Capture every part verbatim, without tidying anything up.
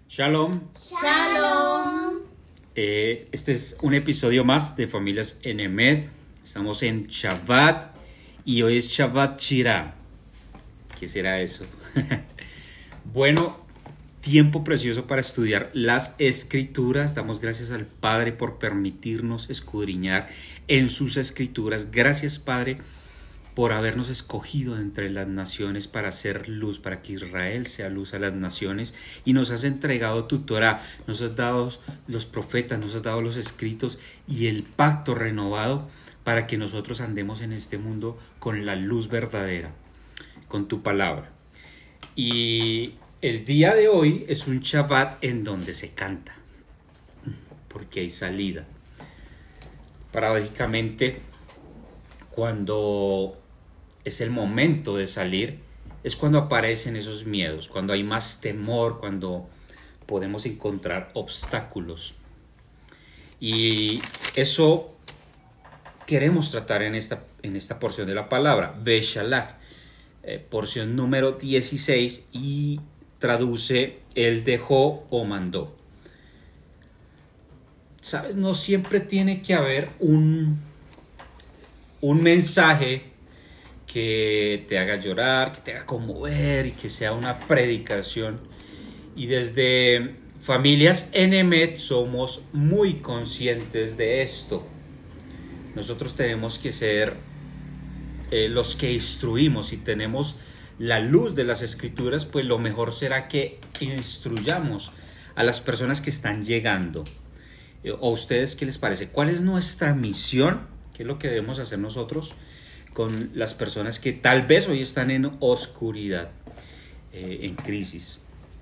Shalom. Shalom. Eh, este es un episodio más de Familias Enemed. Estamos en Shabbat y hoy es Shabbat Shirah. ¿Qué será eso? Bueno, tiempo precioso para estudiar las Escrituras. Damos gracias al Padre por permitirnos escudriñar en sus Escrituras. Gracias, Padre, por habernos escogido entre las naciones para hacer luz, para que Israel sea luz a las naciones, y nos has entregado tu Torah, nos has dado los profetas, nos has dado los escritos y el pacto renovado para que nosotros andemos en este mundo con la luz verdadera, con tu palabra. Y el día de hoy es un Shabbat en donde se canta, porque hay salida. Paradójicamente, cuando es el momento de salir, es cuando aparecen esos miedos, cuando hay más temor, cuando podemos encontrar obstáculos. Y eso queremos tratar en esta, en esta porción de la palabra, Beshalach, eh, porción número dieciséis, y traduce él dejó o mandó. ¿Sabes? No siempre tiene que haber un, un mensaje que te haga llorar, que te haga conmover y que sea una predicación. Y desde Familias Enemed somos muy conscientes de esto. Nosotros tenemos que ser eh, los que instruimos. Si tenemos la luz de las Escrituras, pues lo mejor será que instruyamos a las personas que están llegando. Eh, ¿O a ustedes qué les parece? ¿Cuál es nuestra misión? ¿Qué es lo que debemos hacer nosotros con las personas que tal vez hoy están en oscuridad, eh, en crisis?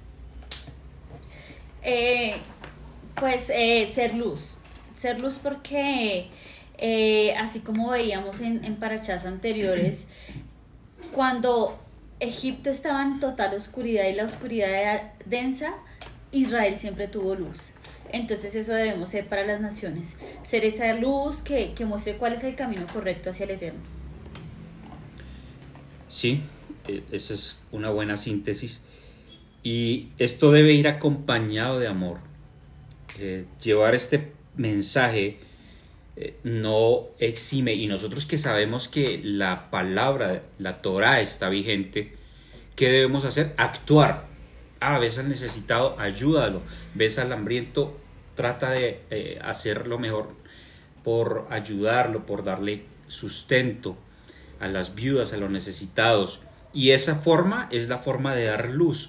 Eh, pues eh, ser luz, ser luz porque eh, así como veíamos en, en parachas anteriores, cuando Egipto estaba en total oscuridad y la oscuridad era densa, Israel siempre tuvo luz. Entonces eso debemos ser para las naciones, ser esa luz que, que muestre cuál es el camino correcto hacia el Eterno. Sí, esa es una buena síntesis. Y esto debe ir acompañado de amor. Eh, llevar este mensaje eh, no exime. Y nosotros que sabemos que la palabra, la Torah está vigente, ¿qué debemos hacer? Actuar. Ah, ves al necesitado, ayúdalo. Ves al hambriento, trata de eh, hacer lo mejor por ayudarlo, por darle sustento a las viudas, a los necesitados. Y esa forma es la forma de dar luz,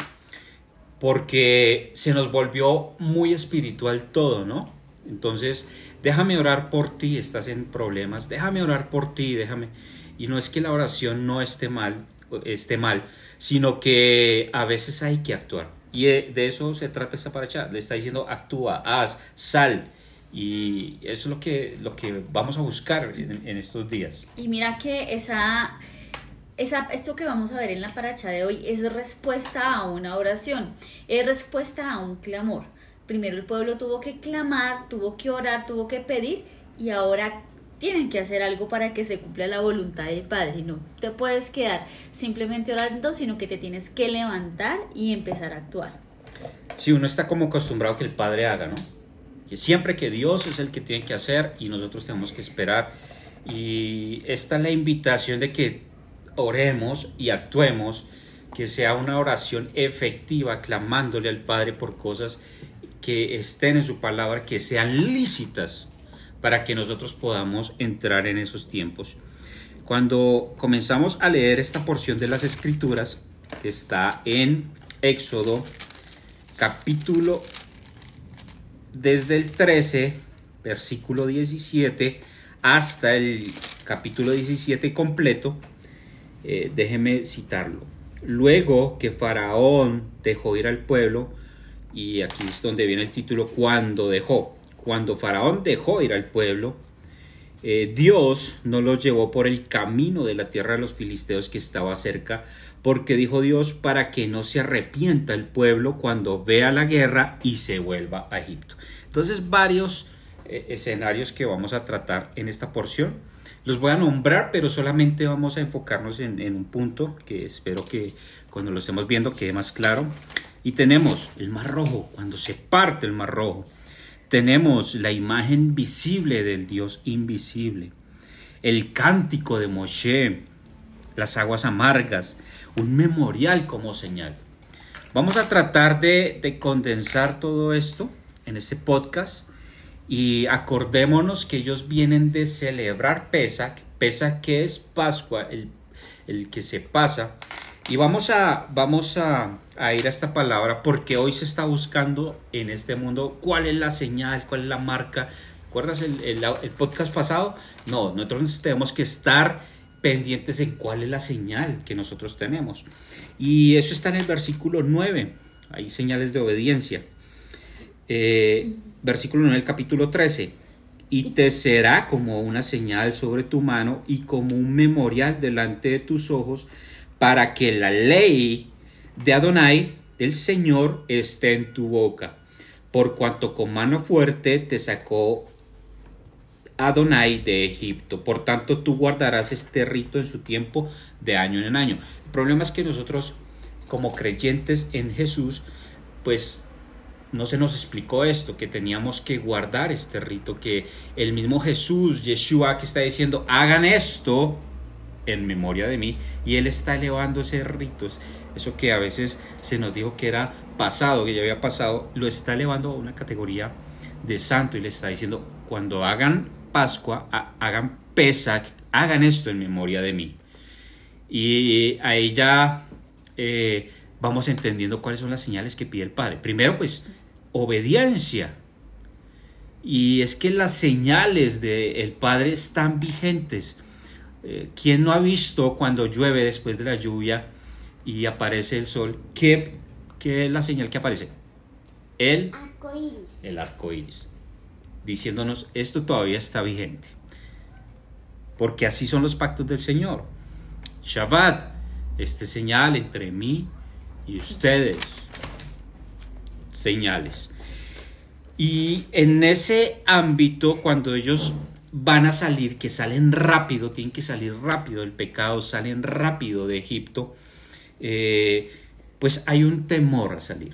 porque se nos volvió muy espiritual todo, ¿no? Entonces, déjame orar por ti, estás en problemas, déjame orar por ti, déjame. Y no es que la oración no esté mal, esté mal, sino que a veces hay que actuar. Y de, de eso se trata esta paracha. Le está diciendo actúa, haz, sal. Y eso es lo que, lo que vamos a buscar en, en estos días. Y mira que esa, esa, esto que vamos a ver en la paracha de hoy es respuesta a una oración, es respuesta a un clamor. Primero el pueblo tuvo que clamar, tuvo que orar, tuvo que pedir, y ahora tienen que hacer algo para que se cumpla la voluntad del Padre. No te puedes quedar simplemente orando, sino que te tienes que levantar y empezar a actuar. Sí, uno está como acostumbrado que el Padre haga, ¿no? Que siempre que Dios es el que tiene que hacer y nosotros tenemos que esperar. Y esta es la invitación de que oremos y actuemos, que sea una oración efectiva, clamándole al Padre por cosas que estén en su palabra, que sean lícitas, para que nosotros podamos entrar en esos tiempos. Cuando comenzamos a leer esta porción de las Escrituras, que está en Éxodo, capítulo desde el trece, versículo diecisiete, hasta el capítulo diecisiete completo, eh, déjeme citarlo. Luego que Faraón dejó ir al pueblo, y aquí es donde viene el título, cuando dejó, cuando Faraón dejó ir al pueblo, eh, Dios no los llevó por el camino de la tierra de los filisteos que estaba cerca, porque dijo Dios, para que no se arrepienta el pueblo cuando vea la guerra y se vuelva a Egipto. Entonces, varios eh, escenarios que vamos a tratar en esta porción. Los voy a nombrar, pero solamente vamos a enfocarnos en, en un punto que espero que cuando lo estemos viendo quede más claro. Y tenemos el Mar Rojo, cuando se parte el Mar Rojo. Tenemos la imagen visible del Dios invisible. El cántico de Moshe, las aguas amargas, un memorial como señal. Vamos a tratar de, de condensar todo esto en este podcast y acordémonos que ellos vienen de celebrar Pesach, Pesach que es Pascua, el, el que se pasa. Y vamos a, vamos a, a ir a esta palabra porque hoy se está buscando en este mundo cuál es la señal, cuál es la marca. ¿Recuerdas el, el, el podcast pasado? No, nosotros tenemos que estar pendientes en cuál es la señal que nosotros tenemos. Y eso está en el versículo nueve. Hay señales de obediencia. Eh, versículo nueve del capítulo trece. Y te será como una señal sobre tu mano y como un memorial delante de tus ojos, para que la ley de Adonai, del Señor, esté en tu boca. Por cuanto con mano fuerte te sacó Adonai de Egipto. Por tanto, tú guardarás este rito en su tiempo de año en año. El problema es que nosotros, como creyentes en Jesús, pues no se nos explicó esto, que teníamos que guardar este rito, que el mismo Jesús, Yeshua, que está diciendo, hagan esto en memoria de mí, y él está elevando esos ritos, eso que a veces se nos dijo que era pasado, que ya había pasado, lo está elevando a una categoría de santo y le está diciendo, cuando hagan Pascua, ha, hagan Pesach, hagan esto en memoria de mí. Y ahí ya eh, vamos entendiendo cuáles son las señales que pide el Padre. Primero, pues, obediencia. Y es que las señales del Padre están vigentes. ¿Quién no ha visto cuando llueve después de la lluvia y aparece el sol? ¿Qué, qué es la señal que aparece? El arco iris. El arco iris. Diciéndonos, esto todavía está vigente. Porque así son los pactos del Señor. Shabbat, este señal entre mí y ustedes. Señales. Y en ese ámbito, cuando ellos van a salir, que salen rápido, tienen que salir rápido del pecado, salen rápido de Egipto, eh, pues hay un temor a salir.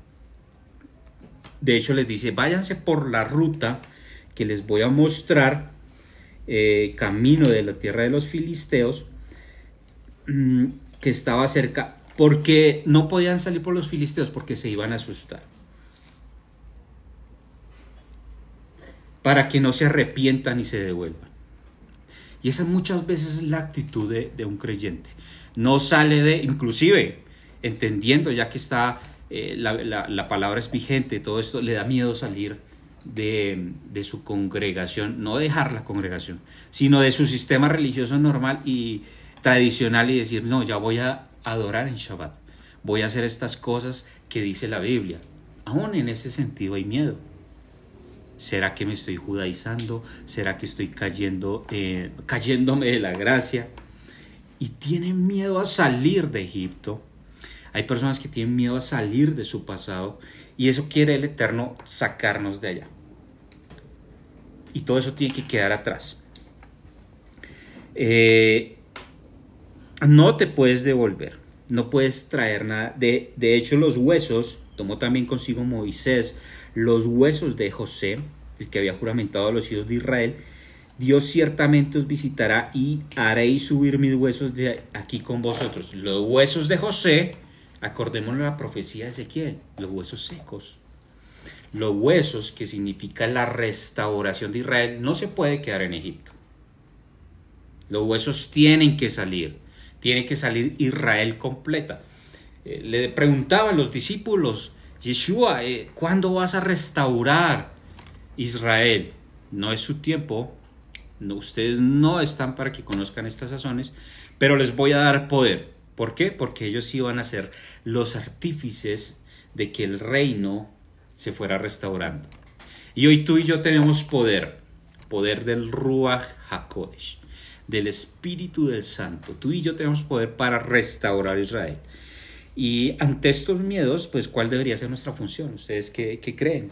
De hecho les dice, váyanse por la ruta que les voy a mostrar, eh, camino de la tierra de los filisteos, mmm, que estaba cerca, porque no podían salir por los filisteos, porque se iban a asustar. Para que no se arrepientan y se devuelvan. Y esa muchas veces es la actitud de, de un creyente. No sale de, inclusive, entendiendo ya que está, eh, la, la, la palabra es vigente, todo esto, le da miedo salir de, de su congregación, no dejar la congregación, sino de su sistema religioso normal y tradicional y decir, no, ya voy a adorar en Shabbat, voy a hacer estas cosas que dice la Biblia. Aún en ese sentido hay miedo. ¿Será que me estoy judaizando? ¿Será que estoy cayendo, eh, cayéndome de la gracia? Y tienen miedo a salir de Egipto. Hay personas que tienen miedo a salir de su pasado. Y eso quiere el Eterno sacarnos de allá. Y todo eso tiene que quedar atrás. Eh, no te puedes devolver. No puedes traer nada. De, de hecho, los huesos, tomó también consigo Moisés los huesos de José, el que había juramentado a los hijos de Israel. Dios ciertamente os visitará y haréis subir mis huesos de aquí con vosotros. Los huesos de José, acordémonos la profecía de Ezequiel, los huesos secos. Los huesos, que significa la restauración de Israel, no se puede quedar en Egipto. Los huesos tienen que salir, tiene que salir Israel completa. Eh, le preguntaban los discípulos, Yeshua, eh, ¿cuándo vas a restaurar Israel? No es su tiempo, no, ustedes no están para que conozcan estas sazones, pero les voy a dar poder. ¿Por qué? Porque ellos sí van a ser los artífices de que el reino se fuera restaurando. Y hoy tú y yo tenemos poder, poder del Ruach HaKodesh, del Espíritu del Santo. Tú y yo tenemos poder para restaurar Israel. Y ante estos miedos, pues, ¿cuál debería ser nuestra función? ¿Ustedes qué, qué creen?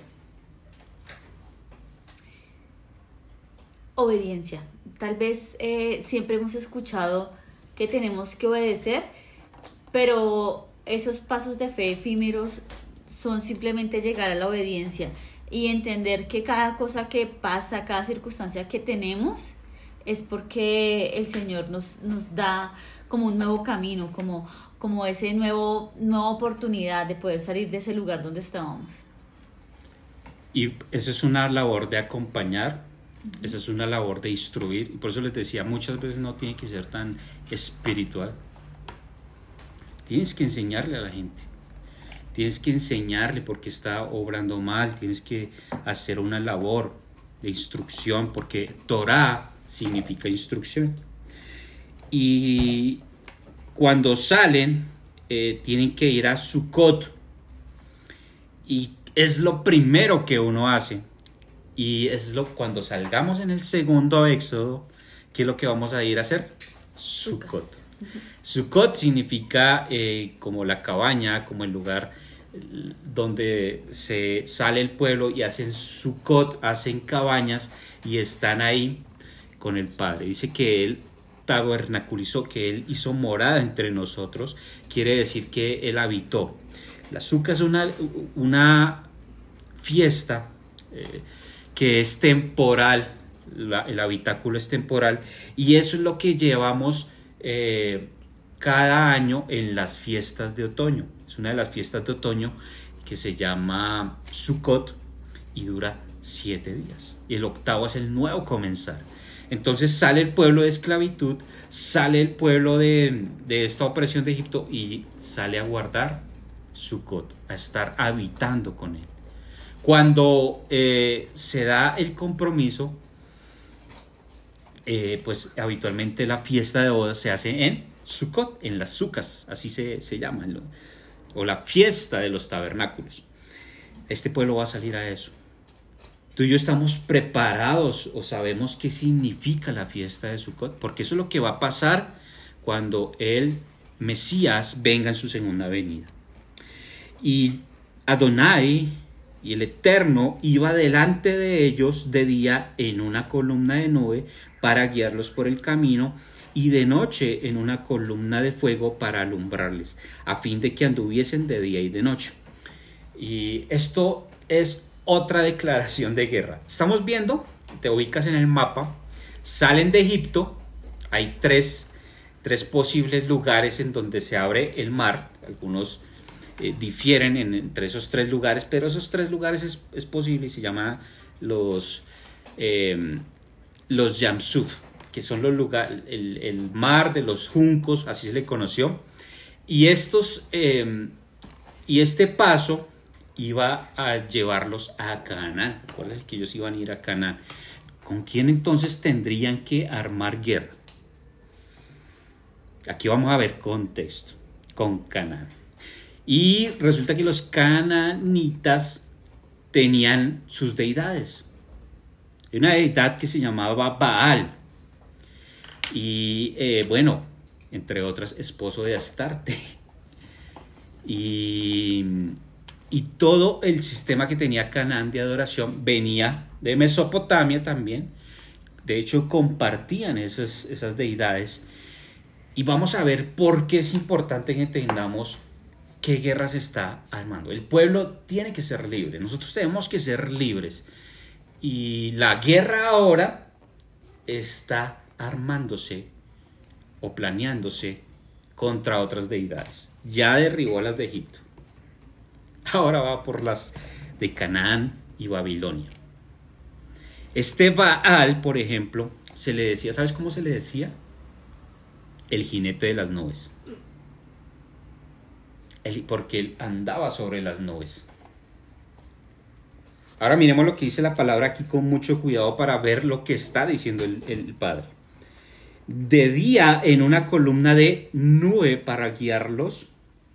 Obediencia. Tal vez eh, siempre hemos escuchado que tenemos que obedecer, pero esos pasos de fe efímeros son simplemente llegar a la obediencia y entender que cada cosa que pasa, cada circunstancia que tenemos, es porque el Señor nos, nos da como un nuevo camino, como, como ese nuevo, nueva oportunidad de poder salir de ese lugar donde estábamos. Y eso es una labor de acompañar, uh-huh. Esa es una labor de instruir, y por eso les decía, muchas veces no tiene que ser tan espiritual. Tienes que enseñarle a la gente, tienes que enseñarle porque está obrando mal, tienes que hacer una labor de instrucción, porque Torah significa instrucción. Y cuando salen, eh, tienen que ir a Sukkot, y es lo primero que uno hace. Y es lo cuando salgamos en el segundo éxodo, ¿qué es lo que vamos a ir a hacer? Sukkot. Sukkot significa eh, como la cabaña, como el lugar donde se sale el pueblo y hacen Sukkot, hacen cabañas y están ahí con el Padre. Dice que Él tabernaculizó, que Él hizo morada entre nosotros, quiere decir que Él habitó. La Sukkah es una, una fiesta eh, que es temporal, la, el habitáculo es temporal, y eso es lo que llevamos eh, cada año en las fiestas de otoño. Es una de las fiestas de otoño que se llama Sukkot y dura siete días. Y el octavo es el nuevo comenzar. Entonces sale el pueblo de esclavitud, sale el pueblo de, de esta opresión de Egipto y sale a guardar Sukkot, a estar habitando con él. Cuando eh, se da el compromiso, eh, pues habitualmente la fiesta de bodas se hace en Sukkot, en las sucas, así se, se llama, o la fiesta de los tabernáculos. Este pueblo va a salir a eso. Tú y yo estamos preparados o sabemos qué significa la fiesta de Sukkot, porque eso es lo que va a pasar cuando el Mesías venga en su segunda venida. Y Adonai y el Eterno iba delante de ellos de día en una columna de nube para guiarlos por el camino, y de noche en una columna de fuego para alumbrarles, a fin de que anduviesen de día y de noche. Y esto es otra declaración de guerra. Estamos viendo, te ubicas en el mapa, salen de Egipto, hay tres, tres posibles lugares en donde se abre el mar, algunos eh, difieren en, entre esos tres lugares, pero esos tres lugares es, es posible y se llaman los, eh, los Yamsuf, que son los lugares, el, el mar de los juncos, así se le conoció, y estos eh, y este paso iba a llevarlos a Canaán. ¿Cuál es que ellos iban a ir a Canaán? ¿Con quién entonces tendrían que armar guerra? Aquí vamos a ver contexto. Con Canaán. Y resulta que los cananitas tenían sus deidades. Una deidad que se llamaba Baal. Y eh, bueno, entre otras, esposo de Astarte. Y, y todo el sistema que tenía Canaán de adoración venía de Mesopotamia también. De hecho, compartían esas, esas deidades. Y vamos a ver por qué es importante que entendamos qué guerra se está armando. El pueblo tiene que ser libre. Nosotros tenemos que ser libres. Y la guerra ahora está armándose o planeándose contra otras deidades. Ya derribó a las de Egipto. Ahora va por las de Canaán y Babilonia. Este Baal, por ejemplo, se le decía, ¿sabes cómo se le decía? El jinete de las nubes. El, porque él andaba sobre las nubes. Ahora miremos lo que dice la palabra aquí con mucho cuidado para ver lo que está diciendo el, el Padre. De día en una columna de nube para guiarlos,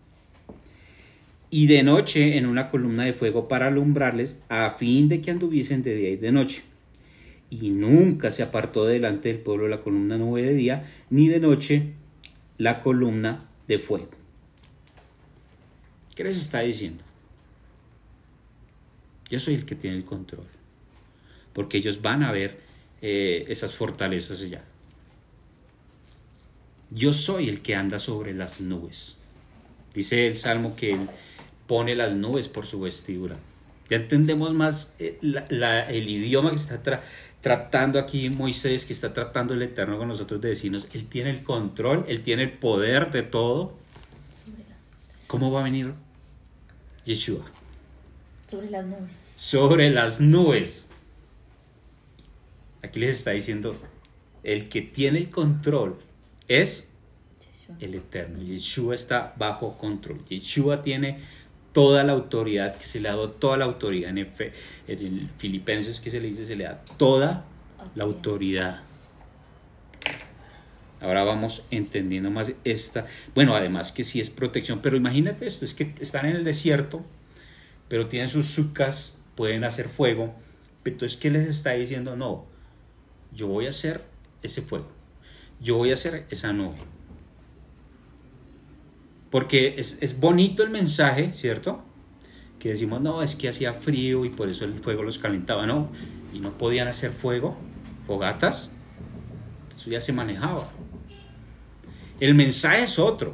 y de noche en una columna de fuego para alumbrarles, a fin de que anduviesen de día y de noche. Y nunca se apartó delante del pueblo la columna nube de día, ni de noche la columna de fuego. ¿Qué les está diciendo? Yo soy el que tiene el control, porque ellos van a ver eh, esas fortalezas allá. Yo soy el que anda sobre las nubes. Dice el Salmo que Él pone las nubes por su vestidura. Ya entendemos más eh, la, la, el idioma que está tra tratando aquí Moisés, que está tratando el Eterno con nosotros de decirnos, Él tiene el control, Él tiene el poder de todo. ¿Cómo va a venir Yeshua? Sobre las nubes. Sobre las nubes. Aquí les está diciendo, el que tiene el control es Yeshua, el Eterno. Yeshua está bajo control. Yeshua tiene toda la autoridad, que se le ha dado toda la autoridad. En el, en el Filipenses que se le dice, se le da toda la autoridad. Ahora vamos entendiendo más esta. Bueno, además que sí es protección, pero imagínate esto, es que están en el desierto, pero tienen sus sucas, pueden hacer fuego. Entonces, ¿qué les está diciendo? No, yo voy a hacer ese fuego, yo voy a hacer esa nube. Porque es, es bonito el mensaje, ¿cierto? Que decimos, no, es que hacía frío y por eso el fuego los calentaba, no. Y no podían hacer fuego, fogatas. Eso ya se manejaba. El mensaje es otro.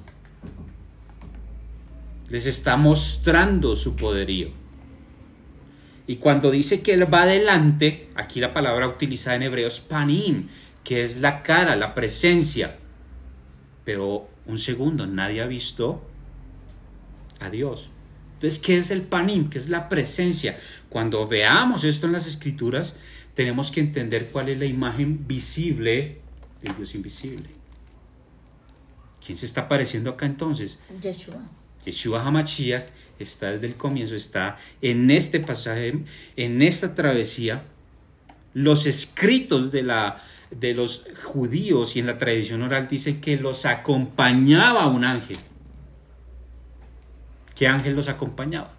Les está mostrando su poderío. Y cuando dice que Él va adelante, aquí la palabra utilizada en hebreo es panim, que es la cara, la presencia. Pero un segundo, nadie ha visto a Dios. Entonces, ¿qué es el panim? ¿Qué es la presencia? Cuando veamos esto en las Escrituras, tenemos que entender cuál es la imagen visible del Dios invisible. ¿Quién se está apareciendo acá entonces? Yeshua. Yeshua HaMashiach está desde el comienzo, está en este pasaje, en esta travesía. Los escritos de la de los judíos y en la tradición oral dice que los acompañaba un ángel. ¿Qué ángel los acompañaba?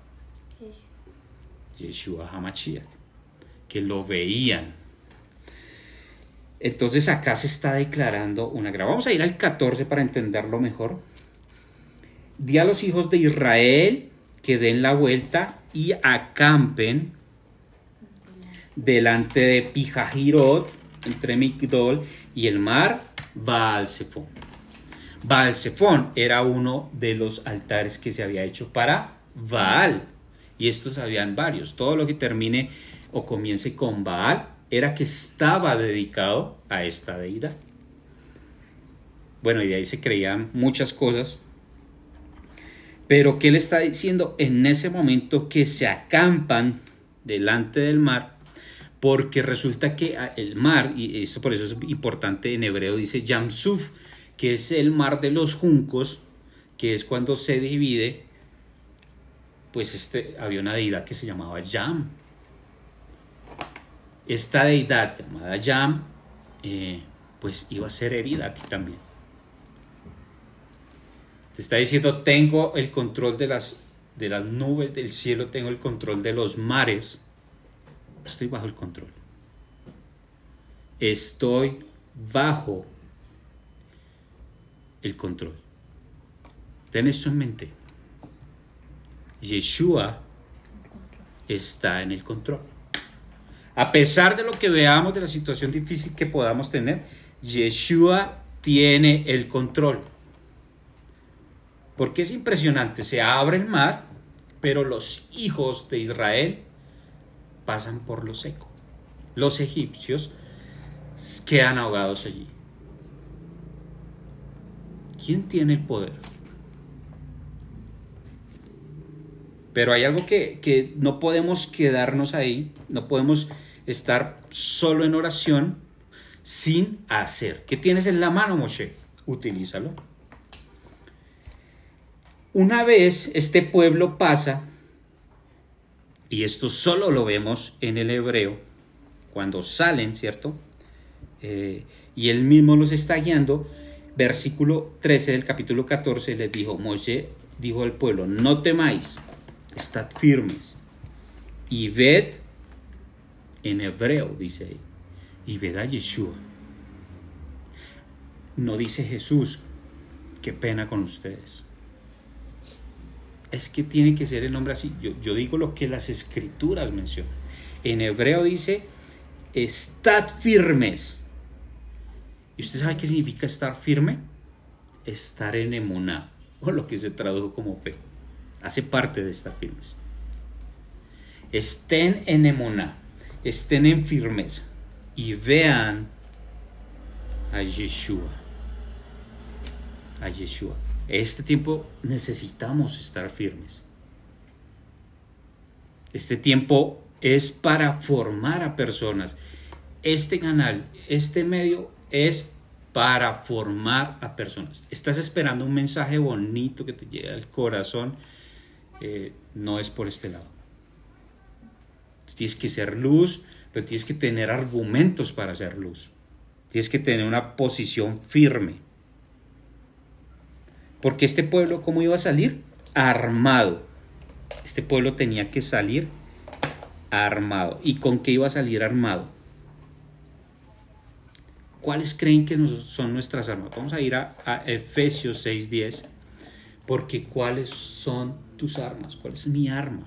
Yeshua HaMashiach, que lo veían. Entonces acá se está declarando una guerra. Vamos a ir al catorce para entenderlo mejor. Di a los hijos de Israel que den la vuelta y acampen delante de Pijajirot, entre Migdol y el mar, Baal-Zephón. Baal-Zephón era uno de los altares que se había hecho para Baal. Y estos habían varios. Todo lo que termine o comience con Baal era que estaba dedicado a esta deidad. Bueno, y de ahí se creían muchas cosas. Pero ¿qué le está diciendo? En ese momento que se acampan delante del mar, porque resulta que el mar, y esto por eso es importante, en hebreo dice Yam Suf, que es el mar de los juncos, que es cuando se divide, pues este, había una deidad que se llamaba Yam. Esta deidad llamada Yam, eh, pues iba a ser herida aquí también. Te está diciendo, tengo el control de las, de las nubes del cielo, tengo el control de los mares. Estoy bajo el control. Estoy bajo el control. Ten esto en mente. Yeshua está en el control. A pesar de lo que veamos, de la situación difícil que podamos tener, Yeshua tiene el control. Porque es impresionante, se abre el mar, pero los hijos de Israel pasan por lo seco. Los egipcios quedan ahogados allí. ¿Quién tiene el poder? Pero hay algo que, que no podemos quedarnos ahí, no podemos estar solo en oración sin hacer. ¿Qué tienes en la mano, Moshe? Utilízalo. Una vez este pueblo pasa, y esto solo lo vemos en el hebreo, cuando salen, ¿cierto? Eh, y él mismo los está guiando. Versículo trece del capítulo catorce les dijo, Moshe dijo al pueblo, no temáis, estad firmes, y ved, en hebreo dice ahí, y ved a Yeshua. No dice Jesús, qué pena con ustedes. Es que tiene que ser el nombre así. Yo, yo digo lo que las escrituras mencionan. En hebreo dice, estad firmes. ¿Y usted sabe qué significa estar firme? Estar en emuná, o lo que se tradujo como fe. Hace parte de estar firmes. Estén en emuná, estén en firmeza y vean a Yeshua. A Yeshua. Este tiempo necesitamos estar firmes. Este tiempo es para formar a personas. Este canal, este medio es para formar a personas. Estás esperando un mensaje bonito que te llegue al corazón, eh, no es por este lado. Tienes que ser luz, pero tienes que tener argumentos para ser luz. Tienes que tener una posición firme. Porque este pueblo, ¿cómo iba a salir? Armado. Este pueblo tenía que salir armado. ¿Y con qué iba a salir armado? ¿Cuáles creen que son nuestras armas? Vamos a ir a, a Efesios seis diez. Porque ¿cuáles son tus armas? ¿Cuál es mi arma?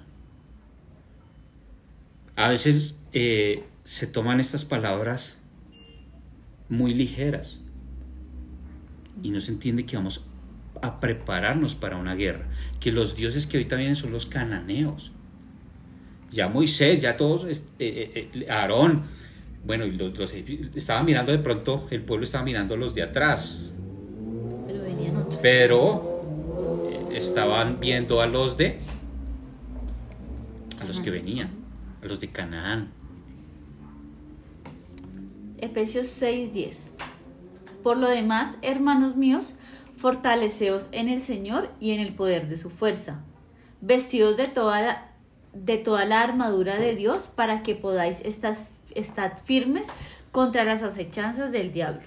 A veces eh, se toman estas palabras muy ligeras y no se entiende que vamos a prepararnos para una guerra, que los dioses que ahorita vienen son los cananeos. Ya Moisés, ya todos, eh, eh, Aarón, bueno, y los, los estaba mirando de pronto, el pueblo estaba mirando los de atrás, pero venían otros. Pero eh, estaban viendo a los de a los que venían, a los de Canaán. Efesios seis diez. Por lo demás, hermanos míos, fortaleceos en el Señor y en el poder de su fuerza, vestidos de toda la, de toda la armadura de Dios, para que podáis estar, estar firmes contra las acechanzas del diablo.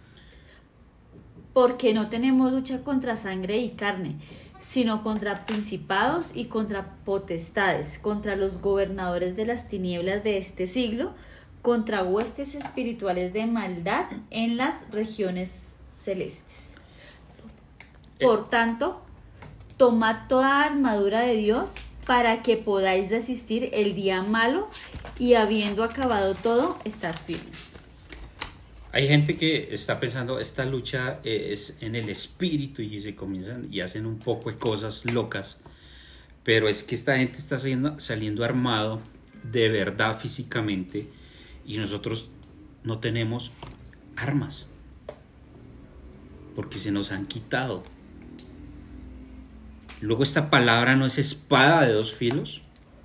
Porque no tenemos lucha contra sangre y carne, sino contra principados y contra potestades, contra los gobernadores de las tinieblas de este siglo, contra huestes espirituales de maldad en las regiones celestes. Por tanto, tomad toda armadura de Dios para que podáis resistir el día malo y, habiendo acabado todo, estar firmes. Hay gente que está pensando, esta lucha es en el espíritu, y se comienzan y hacen un poco de cosas locas, pero es que esta gente está saliendo, saliendo armado de verdad físicamente, y nosotros no tenemos armas porque se nos han quitado. Luego, esta palabra no es espada de dos filos.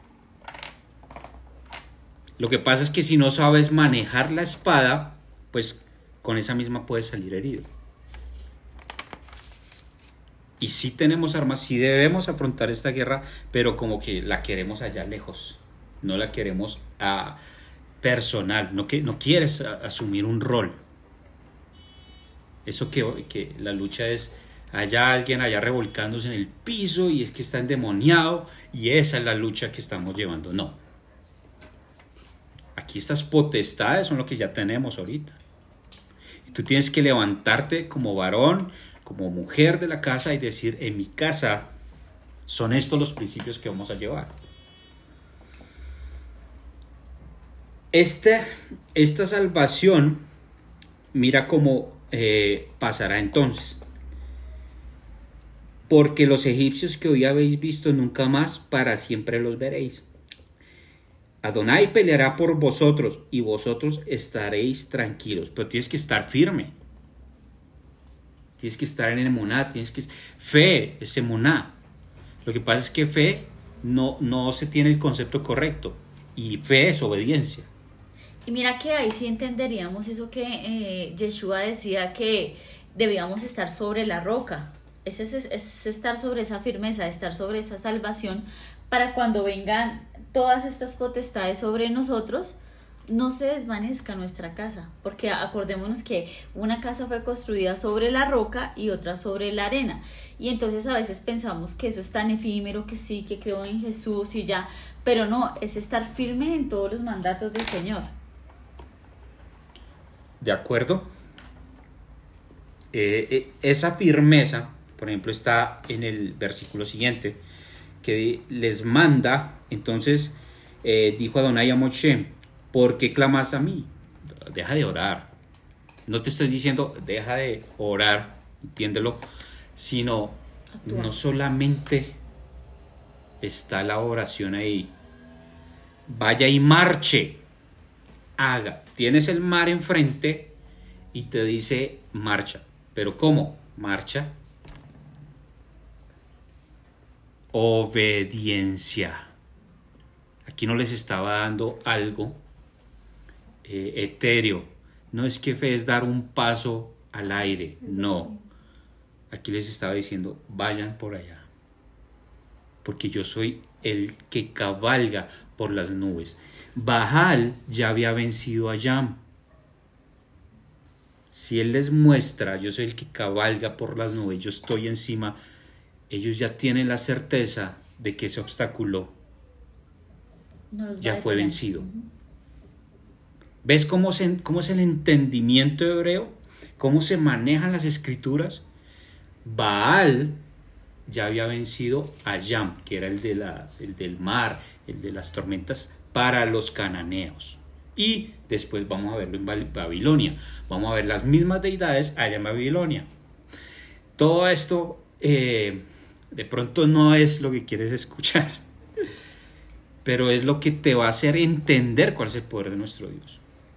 Lo que pasa es que si no sabes manejar la espada, pues con esa misma puedes salir herido. Y sí tenemos armas, sí debemos afrontar esta guerra, pero como que la queremos allá lejos, no la queremos a personal, no, que, no quieres a, asumir un rol. Eso que, que la lucha es allá alguien allá revolcándose en el piso y es que está endemoniado y esa es la lucha que estamos llevando. No. Aquí estas potestades son lo que ya tenemos ahorita. Y tú tienes que levantarte como varón, como mujer de la casa y decir, en mi casa son estos los principios que vamos a llevar. Esta, esta salvación, mira cómo eh, pasará entonces. Porque los egipcios que hoy habéis visto nunca más, para siempre los veréis. Adonai peleará por vosotros y vosotros estaréis tranquilos. Pero tienes que estar firme. Tienes que estar en emuná. Tienes que... Fe es emuná. Lo que pasa es que fe no, no se tiene el concepto correcto. Y fe es obediencia. Y mira que ahí sí entenderíamos eso que eh, Yeshua decía, que debíamos estar sobre la roca. Es, es, es estar sobre esa firmeza, estar sobre esa salvación, para cuando vengan todas estas potestades sobre nosotros, no se desvanezca nuestra casa. Porque acordémonos que una casa fue construida sobre la roca y otra sobre la arena. Y entonces a veces pensamos que eso es tan efímero, que sí, que creo en Jesús y ya. Pero no, es estar firme en todos los mandatos del Señor. ¿De acuerdo? Eh, eh, esa firmeza, por ejemplo, está en el versículo siguiente, que les manda, entonces eh, dijo Adonai a Moshe, ¿por qué clamas a mí? Deja de orar. No te estoy diciendo, deja de orar, entiéndelo, sino Actuar. No solamente está la oración ahí. Vaya y marche. Haga. Tienes el mar enfrente y te dice marcha. ¿Pero cómo? Marcha. Obediencia. Aquí no les estaba dando algo eh, etéreo. No es que fe es dar un paso al aire. No. Aquí les estaba diciendo, vayan por allá. Porque yo soy el que cabalga por las nubes. Baal ya había vencido a Yam. Si él les muestra, yo soy el que cabalga por las nubes, yo estoy encima, ellos ya tienen la certeza de que ese obstáculo No los va a ya fue detener. vencido. ¿Ves cómo, se, cómo es el entendimiento hebreo? ¿Cómo se manejan las escrituras? Baal ya había vencido a Yam, que era el, de la, el del mar, el de las tormentas para los cananeos. Y después vamos a verlo en Babilonia. Vamos a ver las mismas deidades allá en Babilonia. Todo esto eh, de pronto no es lo que quieres escuchar, pero es lo que te va a hacer entender cuál es el poder de nuestro Dios.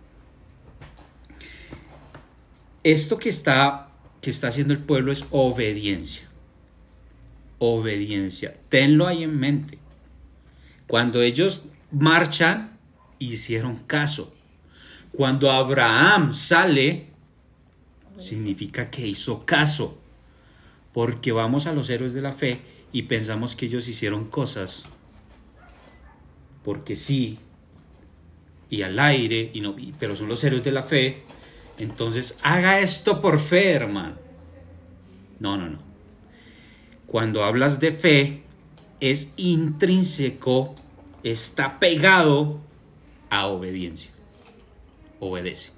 Esto que está, que está haciendo el pueblo es obediencia. Obediencia. Tenlo ahí en mente. Cuando ellos marchan, hicieron caso. Cuando Abraham sale, significa que hizo caso. Porque vamos a los héroes de la fe y pensamos que ellos hicieron cosas porque sí, y al aire, y no, pero son los héroes de la fe. Entonces, haga esto por fe, hermano. No, no, no. Cuando hablas de fe, es intrínseco, está pegado a obediencia. Obedece.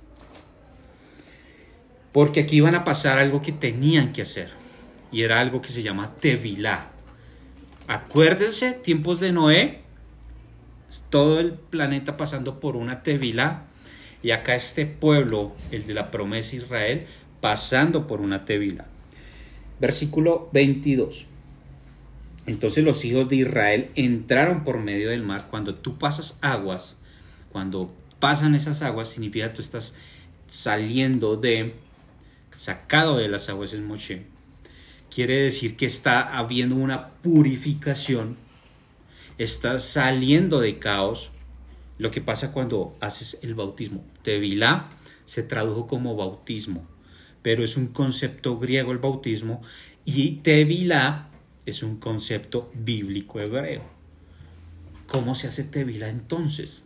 Porque aquí iban a pasar algo que tenían que hacer. Y era algo que se llama Tevilá. Acuérdense, tiempos de Noé, todo el planeta pasando por una Tevilá. Y acá este pueblo, el de la promesa Israel, pasando por una Tevilá. Versículo veintidós. Entonces los hijos de Israel entraron por medio del mar. Cuando tú pasas aguas, cuando pasan esas aguas, significa que tú estás saliendo de, sacado de las aguas en Moshe. Quiere decir que está habiendo una purificación, estás saliendo de caos. Lo que pasa cuando haces el bautismo. Tevilá se tradujo como bautismo, pero es un concepto griego el bautismo, y Tevilá es un concepto bíblico hebreo. ¿Cómo se hace Tevilá entonces?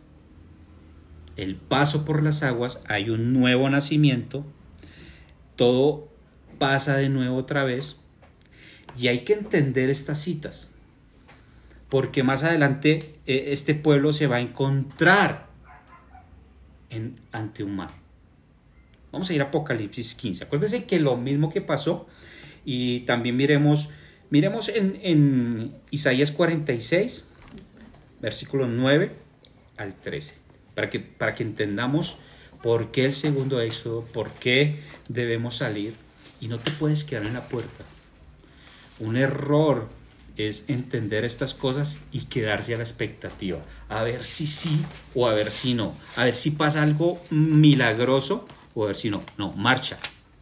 El paso por las aguas, hay un nuevo nacimiento, todo pasa de nuevo otra vez, y hay que entender estas citas, porque más adelante eh, este pueblo se va a encontrar en, ante un mar. Vamos a ir a Apocalipsis quince. Acuérdense que lo mismo que pasó, y también miremos, miremos en, en Isaías cuarenta y seis, versículos nueve al trece, para que, para que entendamos por qué el segundo éxodo, por qué debemos salir, y no te puedes quedar en la puerta. Un error es entender estas cosas y quedarse a la expectativa, a ver si sí o a ver si no, a ver si pasa algo milagroso o a ver si no. No, marcha.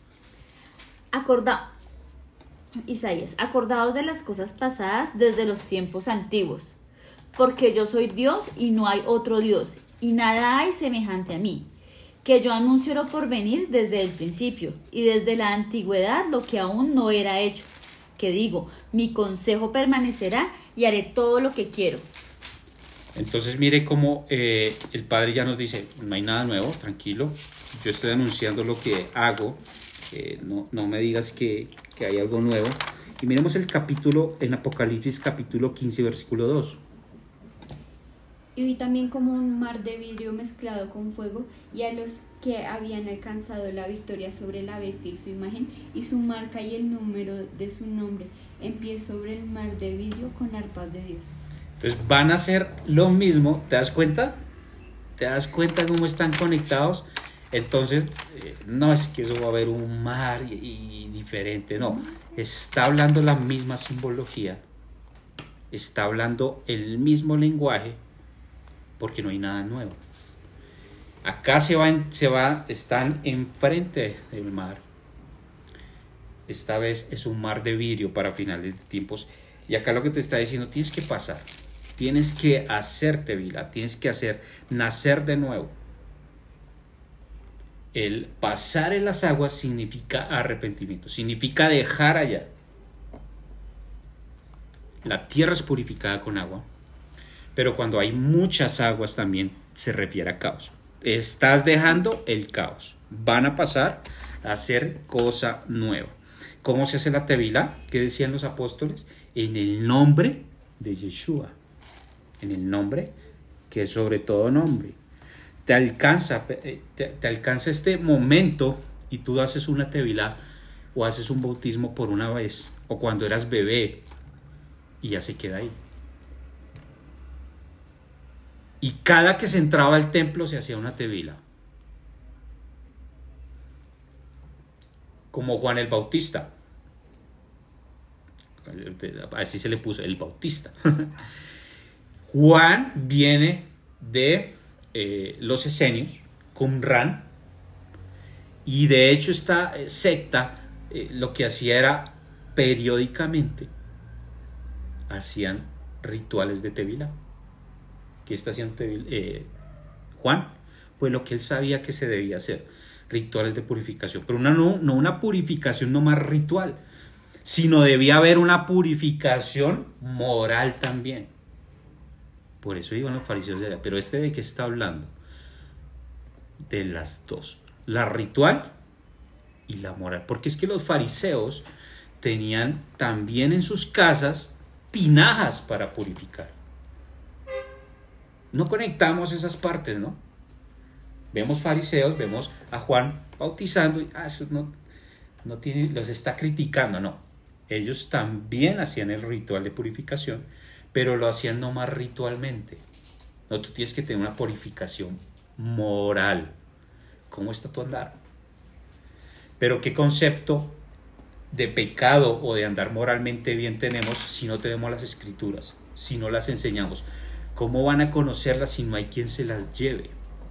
Acorda, Isaías, acordaos de las cosas pasadas desde los tiempos antiguos, porque yo soy Dios y no hay otro Dios, y nada hay semejante a mí, que yo anuncio lo por venir desde el principio, y desde la antigüedad lo que aún no era hecho, que digo, mi consejo permanecerá y haré todo lo que quiero. Entonces mire cómo eh, el Padre ya nos dice, no hay nada nuevo, tranquilo, yo estoy anunciando lo que hago, eh, no, no me digas que, que hay algo nuevo. Y miremos el capítulo en Apocalipsis capítulo quince versículo dos. Y vi también como un mar de vidrio mezclado con fuego, y a los que habían alcanzado la victoria sobre la bestia y su imagen, y su marca y el número de su nombre, en pie sobre el mar de vidrio con arpas de Dios. Entonces van a hacer lo mismo, ¿te das cuenta? ¿Te das cuenta cómo están conectados? Entonces, eh, no es que eso va a haber un mar y, y diferente, no. Está hablando la misma simbología, está hablando el mismo lenguaje, porque no hay nada nuevo. Acá se van, se va, están enfrente del mar. Esta vez es un mar de vidrio para finales de tiempos. Y acá lo que te está diciendo, tienes que pasar, tienes que hacer tevila, tienes que hacer nacer de nuevo. El pasar en las aguas significa arrepentimiento, significa dejar allá. La tierra es purificada con agua, pero cuando hay muchas aguas también se refiere a caos. Estás dejando el caos. Van a pasar a hacer cosa nueva. ¿Cómo se hace la tevila? ¿Qué decían los apóstoles? En el nombre de Yeshua. En el nombre que es sobre todo nombre. Te alcanza, te, te alcanza este momento y tú haces una tevila o haces un bautismo por una vez o cuando eras bebé y ya se queda ahí. Y cada que se entraba al templo se hacía una tevila. Como Juan el Bautista. Así se le puso, el Bautista. Juan viene de eh, los esenios, Qumran, y de hecho esta eh, secta eh, lo que hacía era periódicamente hacían rituales de tevila. ¿Qué está haciendo tevila? Eh, Juan? Pues lo que él sabía que se debía hacer, rituales de purificación, pero una, no, no una purificación no más ritual, sino debía haber una purificación moral también. Por eso iban los fariseos de allá. Pero este de qué está hablando? De las dos, la ritual y la moral, porque es que los fariseos tenían también en sus casas tinajas para purificar. No conectamos esas partes, ¿no? Vemos fariseos, vemos a Juan bautizando y ah, eso no, no tiene, los está criticando, no. Ellos también hacían el ritual de purificación, pero lo hacían no más ritualmente. No, tú tienes que tener una purificación moral. ¿Cómo está tu andar? Pero ¿qué concepto de pecado o de andar moralmente bien tenemos si no tenemos las escrituras, si no las enseñamos? ¿Cómo van a conocerlas si no hay quien se las lleve?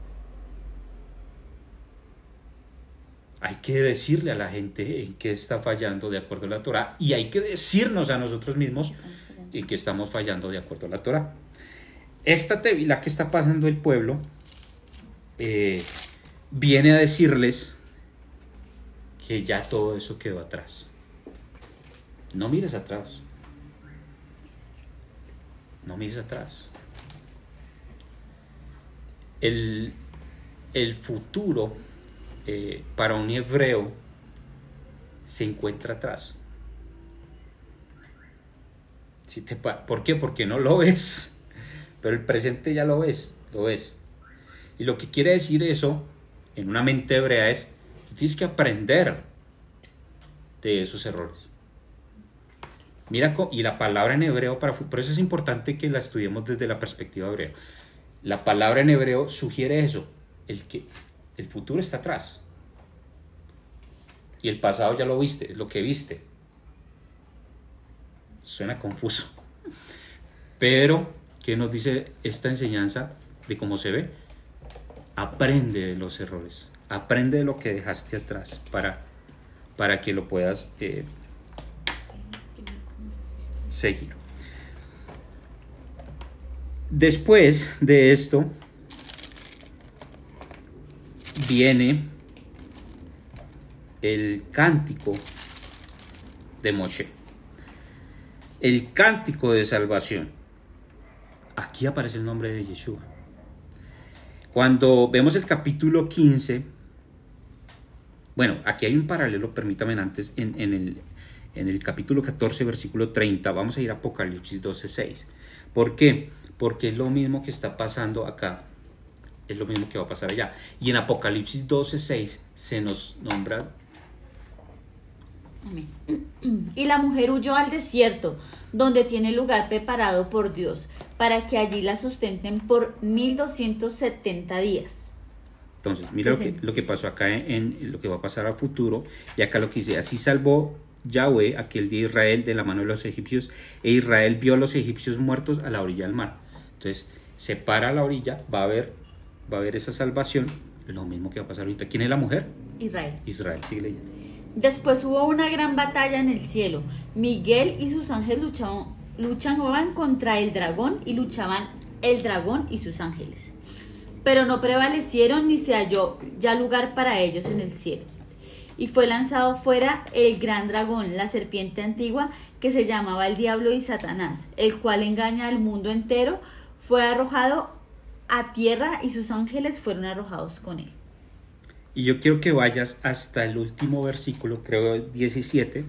Hay que decirle a la gente en qué está fallando de acuerdo a la Torá y hay que decirnos a nosotros mismos en qué estamos fallando de acuerdo a la Torá. Esta tevila que está pasando el pueblo eh, viene a decirles que ya todo eso quedó atrás. No mires atrás. No mires atrás. El, el futuro eh, para un hebreo se encuentra atrás. Si te, ¿por qué? Porque no lo ves, pero el presente ya lo ves, lo ves. Y lo que quiere decir eso en una mente hebrea es que tienes que aprender de esos errores. Mira, y la palabra en hebreo, para, por eso es importante que la estudiemos desde la perspectiva hebrea. La palabra en hebreo sugiere eso, el que el futuro está atrás. Y el pasado ya lo viste, es lo que viste. Suena confuso. Pero, ¿qué nos dice esta enseñanza de cómo se ve? Aprende de los errores, aprende de lo que dejaste atrás para, para que lo puedas eh, seguir. Después de esto viene el cántico de Moshe, el cántico de salvación. Aquí aparece el nombre de Yeshua. Cuando vemos el capítulo quince, bueno, aquí hay un paralelo, permítame antes, en, en, el, en el capítulo catorce, versículo treinta, vamos a ir a Apocalipsis doce seis. ¿Por qué? Porque es lo mismo que está pasando acá, es lo mismo que va a pasar allá. Y en Apocalipsis doce seis se nos nombra... Amén. Y la mujer huyó al desierto, donde tiene lugar preparado por Dios, para que allí la sustenten por mil doscientos setenta días. Entonces, mira lo que, lo que pasó acá en, en lo que va a pasar a futuro. Y acá lo que dice, así salvó Yahweh aquel día Israel de la mano de los egipcios, e Israel vio a los egipcios muertos a la orilla del mar. Entonces, se para a la orilla, va a haber, va a haber esa salvación, lo mismo que va a pasar ahorita. ¿Quién es la mujer? Israel. Israel, sigue leyendo. Después hubo una gran batalla en el cielo. Miguel y sus ángeles luchaban, luchaban contra el dragón y luchaban el dragón y sus ángeles. Pero no prevalecieron ni se halló ya lugar para ellos en el cielo. Y fue lanzado fuera el gran dragón, la serpiente antigua, que se llamaba el diablo y Satanás, el cual engaña al mundo entero, fue arrojado a tierra y sus ángeles fueron arrojados con él. Y yo quiero que vayas hasta el último versículo, creo diecisiete,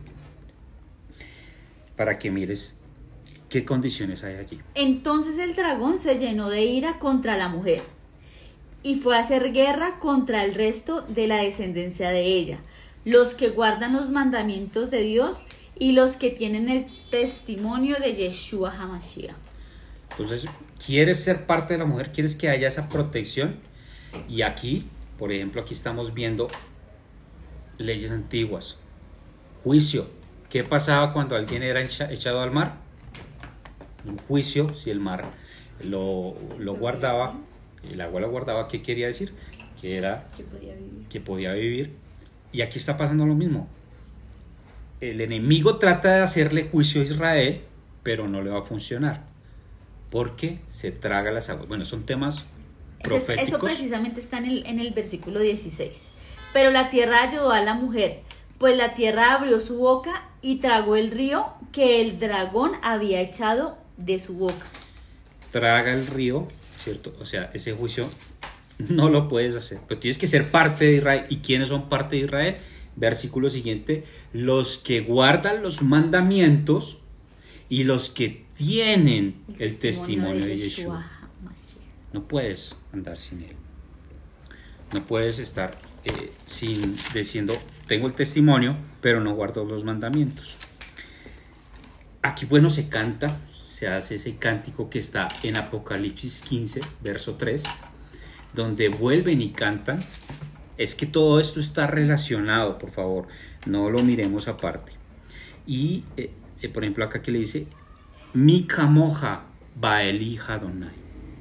para que mires qué condiciones hay aquí. Entonces el dragón se llenó de ira contra la mujer y fue a hacer guerra contra el resto de la descendencia de ella, los que guardan los mandamientos de Dios y los que tienen el testimonio de Yeshua HaMashiach. Entonces, ¿quieres ser parte de la mujer? ¿Quieres que haya esa protección? Y aquí, por ejemplo, aquí estamos viendo leyes antiguas. Juicio. ¿Qué pasaba cuando alguien era echado al mar? Un juicio, si el mar lo, lo guardaba, el agua lo guardaba, ¿qué quería decir? Que era Que podía vivir. que podía vivir. Y aquí está pasando lo mismo. El enemigo trata de hacerle juicio a Israel, pero no le va a funcionar, porque se traga las aguas. Bueno, son temas proféticos. Eso precisamente está en el, en el versículo dieciséis. Pero la tierra ayudó a la mujer, pues la tierra abrió su boca y tragó el río que el dragón había echado de su boca. Traga el río, ¿cierto? O sea, ese juicio no lo puedes hacer, pero tienes que ser parte de Israel. ¿Y quiénes son parte de Israel? Versículo siguiente: los que guardan los mandamientos y los que tienen el, el testimonio, testimonio de Yeshua. No puedes andar sin él. No puedes estar eh, sin diciendo, tengo el testimonio, pero no guardo los mandamientos. Aquí, bueno, se canta, se hace ese cántico que está en Apocalipsis quince, verso tres, donde vuelven y cantan. Es que todo esto está relacionado, por favor, no lo miremos aparte. Y, eh, eh, por ejemplo, acá que le dice, Mi kamoja Baeli Adonai.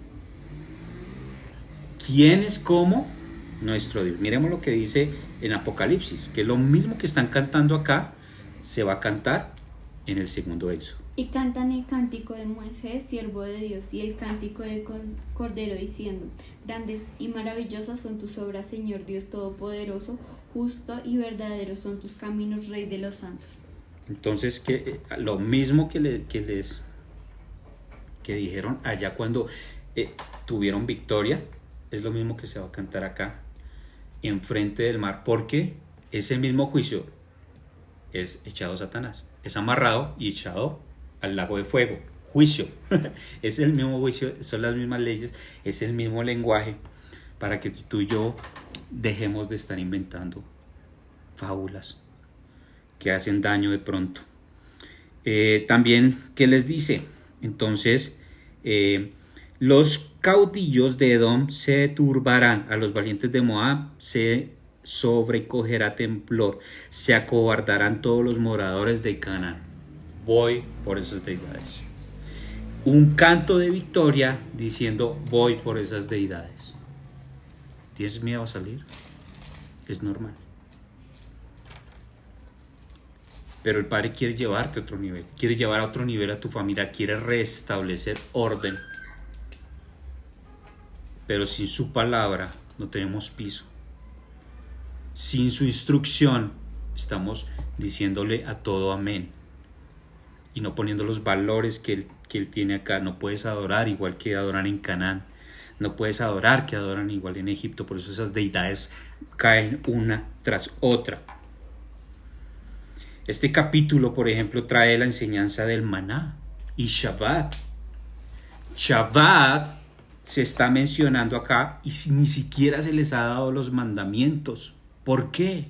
¿Quién es como nuestro Dios? Miremos lo que dice en Apocalipsis, que lo mismo que están cantando acá, se va a cantar en el segundo Éxodo. Y cantan el cántico de Moisés, siervo de Dios, y el cántico del Cordero, diciendo: grandes y maravillosas son tus obras, Señor Dios Todopoderoso, justo y verdadero son tus caminos, Rey de los santos. Entonces, que eh, lo mismo que, le, que les que dijeron allá cuando eh, tuvieron victoria, es lo mismo que se va a cantar acá, enfrente del mar, porque ese mismo juicio es echado a Satanás, es amarrado y echado al lago de fuego. Juicio, es el mismo juicio, son las mismas leyes, es el mismo lenguaje, para que tú y yo dejemos de estar inventando fábulas que hacen daño de pronto. Eh, también, ¿qué les dice? Entonces, eh, los caudillos de Edom se turbarán, a los valientes de Moab se sobrecogerá temblor, se acobardarán todos los moradores de Canaán. Voy por esas deidades. Un canto de victoria diciendo, voy por esas deidades. ¿Tienes miedo a salir? Es normal. Pero el Padre quiere llevarte a otro nivel, quiere llevar a otro nivel a tu familia, quiere restablecer orden. Pero sin su palabra no tenemos piso. Sin su instrucción estamos diciéndole a todo amén y no poniendo los valores que él, que él tiene acá. No puedes adorar igual que adoran en Canaán, no puedes adorar que adoran igual en Egipto. Por eso esas deidades caen una tras otra. Este capítulo, por ejemplo, trae la enseñanza del maná y Shabbat. Shabbat se está mencionando acá y ni siquiera se les ha dado los mandamientos. ¿Por qué?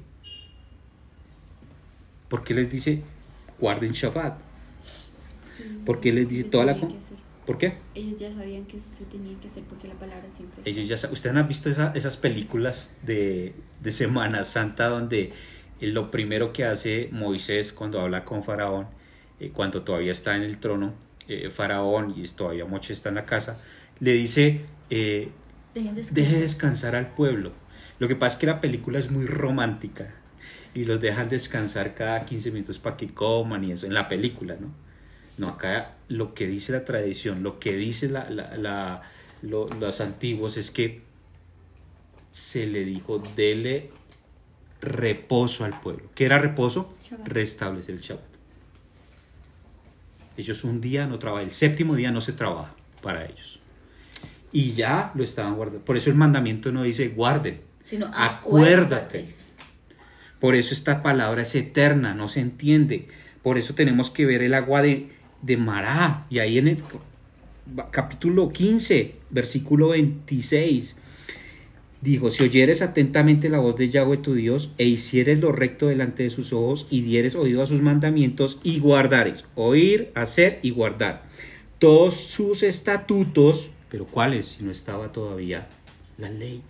Porque les dice, guarden Shabbat. Porque les dice toda la... ¿Por qué? Ellos ya sabían que eso se tenía que hacer porque la palabra siempre... Ellos ya, ustedes han visto esa, esas películas de, de Semana Santa donde eh, lo primero que hace Moisés cuando habla con Faraón, eh, cuando todavía está en el trono, eh, Faraón y todavía Moche está en la casa, le dice, eh, Dejen descansar. deje descansar al pueblo. Lo que pasa es que la película es muy romántica y los dejan descansar cada quince minutos para que coman y eso, en la película, ¿no? No, acá lo que dice la tradición, lo que dice la, la, la, lo, los antiguos es que se le dijo, dele reposo al pueblo. ¿Qué era reposo? Shabbat. Restablecer el Shabbat. Ellos un día no trabajan, el séptimo día no se trabaja para ellos. Y ya lo estaban guardando. Por eso el mandamiento no dice guarden, Sino acuérdate. acuérdate. Por eso esta palabra es eterna, no se entiende. Por eso tenemos que ver el agua de, de Mará. Y ahí en el capítulo quince, versículo veintiséis, dijo, si oyeres atentamente la voz de Yahweh tu Dios, e hicieres lo recto delante de sus ojos, y dieres oído a sus mandamientos, y guardares, oír, hacer y guardar todos sus estatutos, pero ¿cuáles? Si no estaba todavía la ley.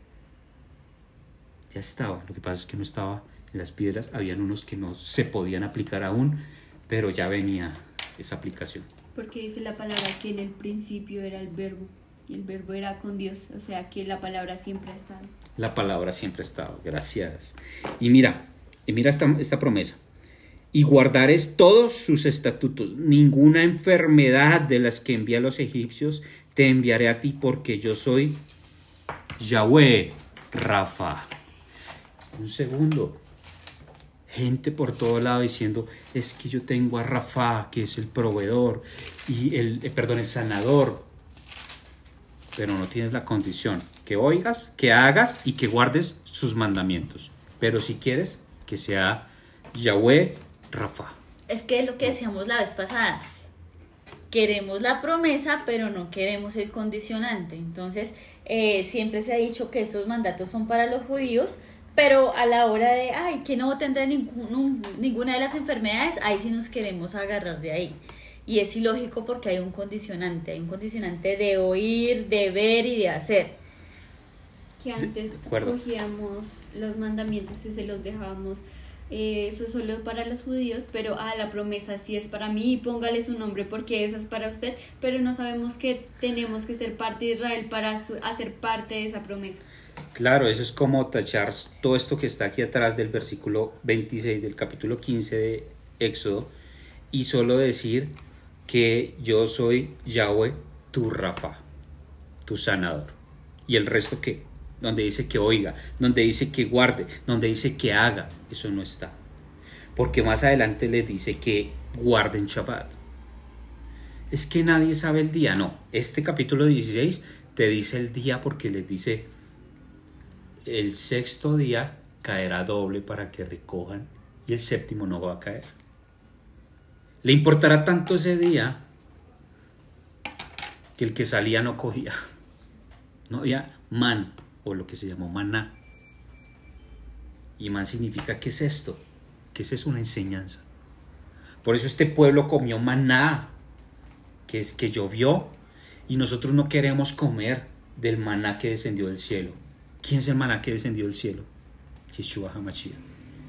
Ya estaba, lo que pasa es que no estaba en las piedras, habían unos que no se podían aplicar aún, pero ya venía esa aplicación. Porque dice la palabra que en el principio era el verbo y el verbo era con Dios, o sea que la palabra siempre ha estado. La palabra siempre ha estado, gracias. Y mira, y mira esta, esta promesa. Y guardares todos sus estatutos, ninguna enfermedad de las que envía a los egipcios te enviaré a ti, porque yo soy Yahweh Rafa. Un segundo. Gente por todo lado diciendo, es que yo tengo a Rafa, que es el proveedor, y el, eh, perdón, el sanador. Pero no tienes la condición que oigas, que hagas y que guardes sus mandamientos. Pero si quieres, que sea Yahweh Rafa. Es que es lo que decíamos la vez pasada. Queremos la promesa, pero no queremos el condicionante. Entonces, eh, siempre se ha dicho que esos mandatos son para los judíos, pero a la hora de, ay, que no tendrá ningún, ninguna de las enfermedades, ahí sí nos queremos agarrar de ahí. Y es ilógico porque hay un condicionante, hay un condicionante de oír, de ver y de hacer. Que antes De acuerdo. cogíamos los mandamientos y se los dejábamos, eh, eso solo para los judíos, pero ah, la promesa sí es para mí, póngale su nombre porque esa es para usted, pero no sabemos que tenemos que ser parte de Israel para su- hacer parte de esa promesa. Claro, eso es como tachar todo esto que está aquí atrás del versículo veintiséis del capítulo quince de Éxodo y solo decir que yo soy Yahweh, tu Rafa, tu sanador. Y el resto que, donde dice que oiga, donde dice que guarde, donde dice que haga, eso no está. Porque más adelante les dice que guarden Shabbat. Es que nadie sabe el día, no. Este capítulo dieciséis te dice el día porque les dice el sexto día caerá doble para que recojan y el séptimo no va a caer. Le importará tanto ese día que el que salía no cogía. No había man, o lo que se llamó maná. Y man significa, ¿qué es esto? ¿Qué es eso? Una enseñanza. Por eso este pueblo comió maná, que es que llovió, y nosotros no queremos comer del maná que descendió del cielo. ¿Quién es el maná que descendió del cielo? Yeshua HaMashiach.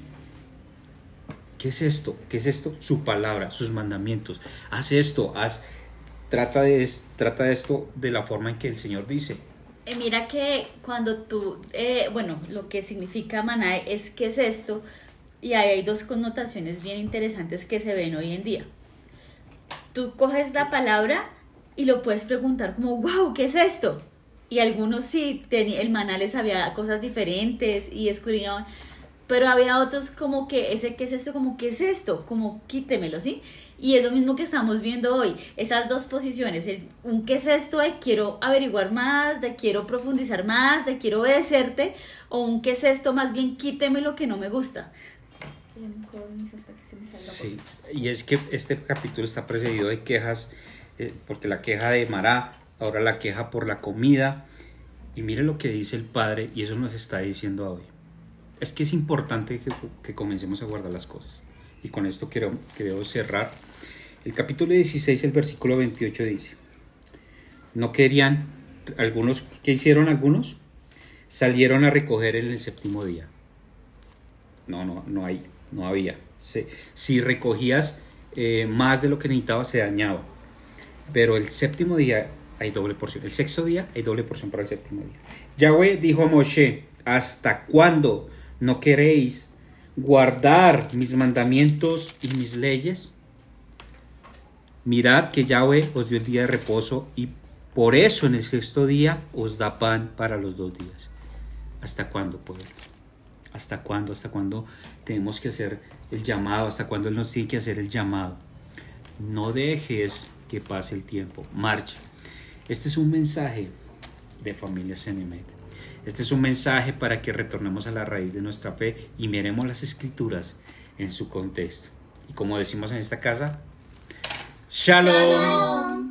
¿Qué es esto? ¿Qué es esto? Su palabra, sus mandamientos. Haz esto, haz, trata de, trata de esto de la forma en que el Señor dice. Eh, mira que cuando tú, eh, bueno, lo que significa maná es qué es esto, y ahí hay dos connotaciones bien interesantes que se ven hoy en día. Tú coges la palabra y lo puedes preguntar como, wow, ¿qué es esto? Y algunos sí, teni- el maná les había cosas diferentes y escudriñaban, pero había otros como que ese qué es esto, como qué es esto, como quítemelo, ¿sí? Y es lo mismo que estamos viendo hoy, esas dos posiciones, el, un qué es esto de quiero averiguar más, de quiero profundizar más, de quiero obedecerte, o un qué es esto más bien quíteme lo que no me gusta. Hasta que se me salga Sí, y es que este capítulo está precedido de quejas, eh, porque la queja de Mará, ahora la queja por la comida, y mire lo que dice el Padre, y eso nos está diciendo hoy. Es que es importante que, que comencemos a guardar las cosas. Y con esto quiero, quiero cerrar. El capítulo dieciséis, el versículo veintiocho dice: no querían, algunos, ¿qué hicieron algunos? Salieron a recoger en el séptimo día. No, no, no hay, no había. Si, si recogías eh, más de lo que necesitabas, se dañaba. Pero el séptimo día hay doble porción. El sexto día hay doble porción para el séptimo día. Yahweh dijo a Moshe: ¿hasta cuándo no queréis guardar mis mandamientos y mis leyes? Mirad que Yahweh os dio el día de reposo y por eso en el sexto día os da pan para los dos días. ¿Hasta cuándo, pueblo? ¿Hasta cuándo? ¿Hasta cuándo tenemos que hacer el llamado? ¿Hasta cuándo Él nos tiene que hacer el llamado? No dejes que pase el tiempo. Marcha. Este es un mensaje de Familia Cenemet. Este es un mensaje para que retornemos a la raíz de nuestra fe y miremos las Escrituras en su contexto. Y como decimos en esta casa, Shalom.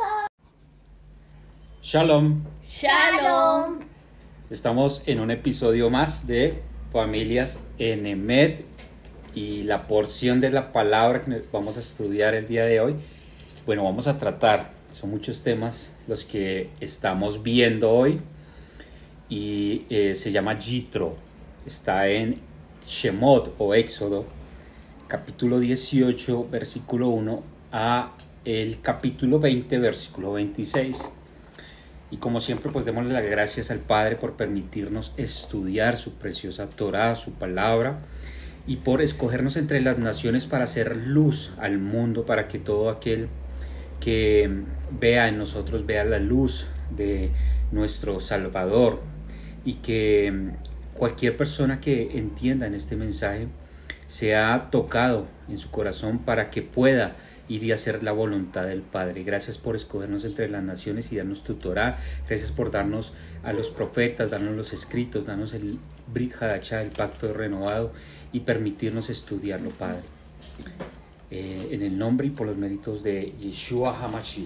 Shalom. Shalom. Estamos en un episodio más de Familias Cenemet y la porción de la palabra que vamos a estudiar el día de hoy. Bueno, vamos a tratar, son muchos temas los que estamos viendo hoy y eh, se llama Yitro. Está en Shemot o Éxodo, capítulo dieciocho, versículo uno a el capítulo veinte, versículo veintiséis. Y como siempre, pues démosle las gracias al Padre por permitirnos estudiar su preciosa Torá, su palabra, y por escogernos entre las naciones para hacer luz al mundo, para que todo aquel que vea en nosotros vea la luz de nuestro Salvador, y que cualquier persona que entienda en este mensaje sea tocado en su corazón para que pueda ir y hacer la voluntad del Padre. Gracias por escogernos entre las naciones y darnos tu Torá. Gracias por darnos a los profetas, darnos los escritos, darnos el Brit Hadashah, el pacto renovado, y permitirnos estudiarlo, Padre. Eh, en el nombre y por los méritos de Yeshua HaMashiach.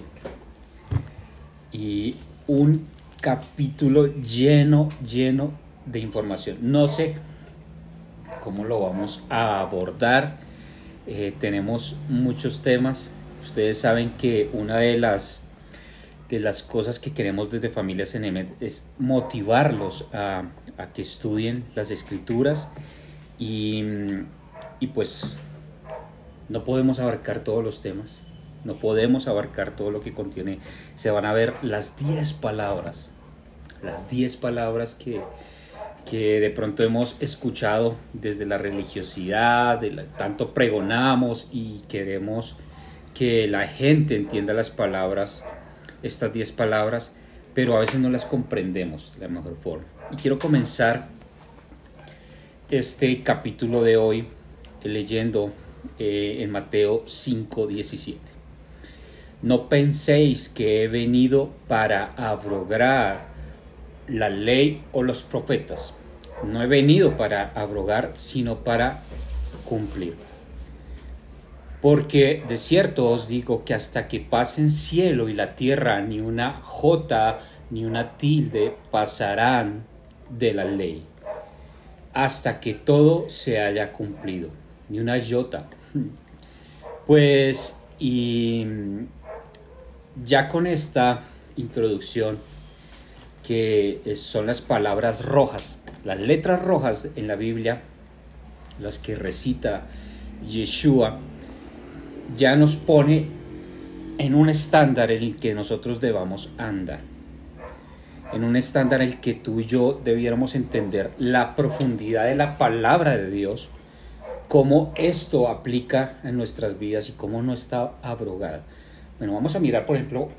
Y un capítulo lleno, lleno de información. No sé cómo lo vamos a abordar. Eh, tenemos muchos temas. Ustedes saben que una de las de las cosas que queremos desde Familia Cenemet es motivarlos a, a que estudien las Escrituras y, y pues no podemos abarcar todos los temas, no podemos abarcar todo lo que contiene. Se van a ver las diez palabras, las diez palabras que que de pronto hemos escuchado desde la religiosidad, de la, tanto pregonamos y queremos que la gente entienda las palabras, estas diez palabras, pero a veces no las comprendemos de la mejor forma. Y quiero comenzar este capítulo de hoy leyendo eh, en Mateo cinco diecisiete. No penséis que he venido para abrogar la ley o los profetas. No he venido para abrogar, sino para cumplir. Porque de cierto os digo que hasta que pasen cielo y la tierra, ni una jota ni una tilde pasarán de la ley, hasta que todo se haya cumplido. Ni una jota. Pues, y ya con esta introducción, que son las palabras rojas, las letras rojas en la Biblia, las que recita Yeshua, ya nos pone en un estándar en el que nosotros debamos andar, en un estándar en el que tú y yo debiéramos entender la profundidad de la palabra de Dios, cómo esto aplica en nuestras vidas y cómo no está abrogada. Bueno, vamos a mirar, por ejemplo,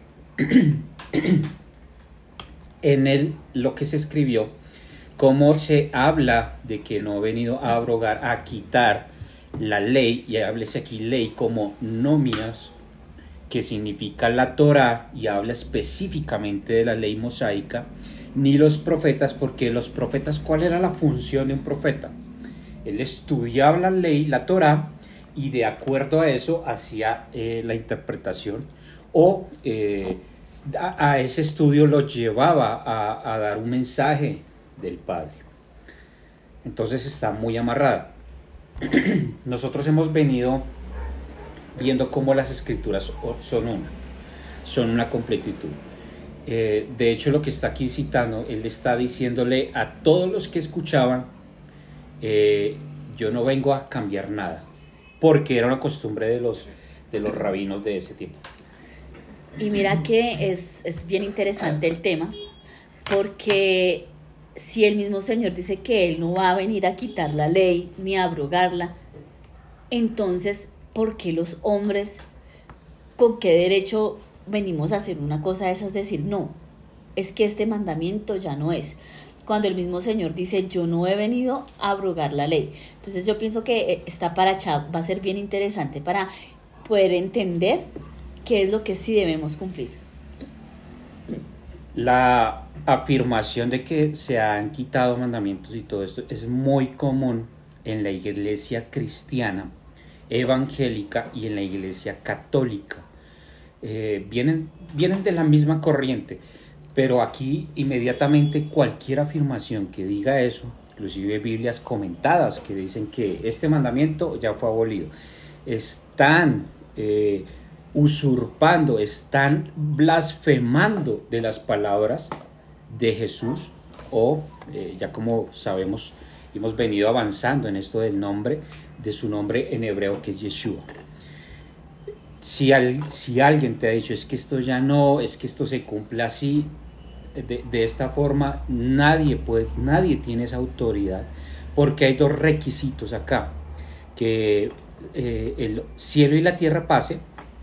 en el, lo que se escribió, cómo se habla de que no ha venido a abrogar, a quitar la ley, y háblese aquí ley como nomias, que significa la Torá, y habla específicamente de la ley mosaica, ni los profetas, porque los profetas, ¿cuál era la función de un profeta? Él estudiaba la ley, la Torá, y de acuerdo a eso hacía eh, la interpretación, o eh, a, a ese estudio lo llevaba a, a dar un mensaje del Padre. Entonces está muy amarrada. Nosotros hemos venido viendo cómo las Escrituras son una, son una completitud. Eh, de hecho, lo que está aquí citando, él está diciéndole a todos los que escuchaban, eh, yo no vengo a cambiar nada, porque era una costumbre de los, de los rabinos de ese tiempo. Y mira que es, es bien interesante el tema, porque si el mismo Señor dice que Él no va a venir a quitar la ley ni a abrogarla, entonces, ¿por qué los hombres, con qué derecho venimos a hacer una cosa de esas? Decir, no, es que este mandamiento ya no es. Cuando el mismo Señor dice, yo no he venido a abrogar la ley. Entonces yo pienso que esta paracha va a ser bien interesante para poder entender qué es lo que sí debemos cumplir. La afirmación de que se han quitado mandamientos y todo esto es muy común en la iglesia cristiana, evangélica y en la iglesia católica. Eh, vienen, vienen de la misma corriente, pero aquí inmediatamente cualquier afirmación que diga eso, inclusive Biblias comentadas que dicen que este mandamiento ya fue abolido, están eh, usurpando, están blasfemando de las palabras de Jesús, o eh, ya como sabemos, hemos venido avanzando en esto del nombre, de su nombre en hebreo, que es Yeshua. Si, al, si alguien te ha dicho, es que esto ya no, es que esto se cumple así, de, de esta forma, nadie, pues, nadie tiene esa autoridad, porque hay dos requisitos acá, que eh, el cielo y la tierra pase,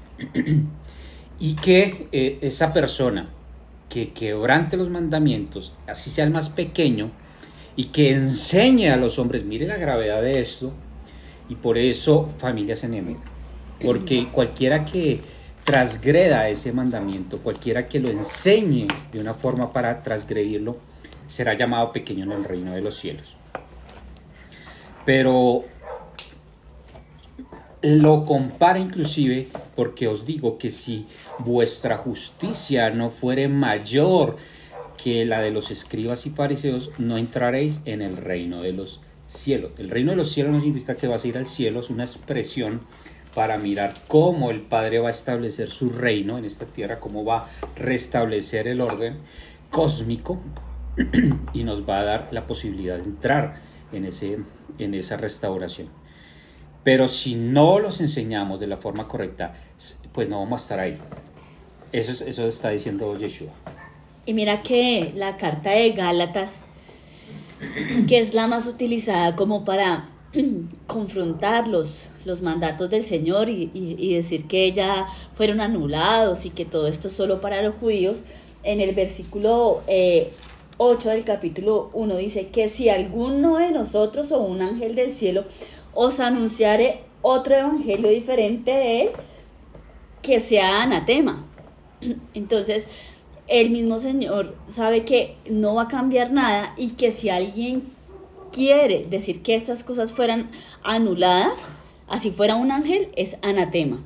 y que eh, esa persona que quebrante los mandamientos, así sea el más pequeño, y que enseñe a los hombres, mire la gravedad de esto, y por eso familias enemigas, porque cualquiera que transgreda ese mandamiento, cualquiera que lo enseñe de una forma para transgredirlo, será llamado pequeño en el reino de los cielos. Pero lo compara inclusive, porque os digo que si vuestra justicia no fuere mayor que la de los escribas y fariseos, no entraréis en el reino de los cielos. El reino de los cielos no significa que vas a ir al cielo, es una expresión para mirar cómo el Padre va a establecer su reino en esta tierra, cómo va a restablecer el orden cósmico y nos va a dar la posibilidad de entrar en, ese, en esa restauración. Pero si no los enseñamos de la forma correcta, pues no vamos a estar ahí. Eso, es, eso está diciendo Yeshua. Y mira que la carta de Gálatas, que es la más utilizada como para confrontar los, los mandatos del Señor y, y, y decir que ya fueron anulados y que todo esto es solo para los judíos, en el versículo eh, ocho del capítulo uno dice que si alguno de nosotros o un ángel del cielo os anunciare otro evangelio diferente de él, que sea anatema. Entonces, el mismo Señor sabe que no va a cambiar nada y que si alguien quiere decir que estas cosas fueran anuladas, así fuera un ángel, es anatema.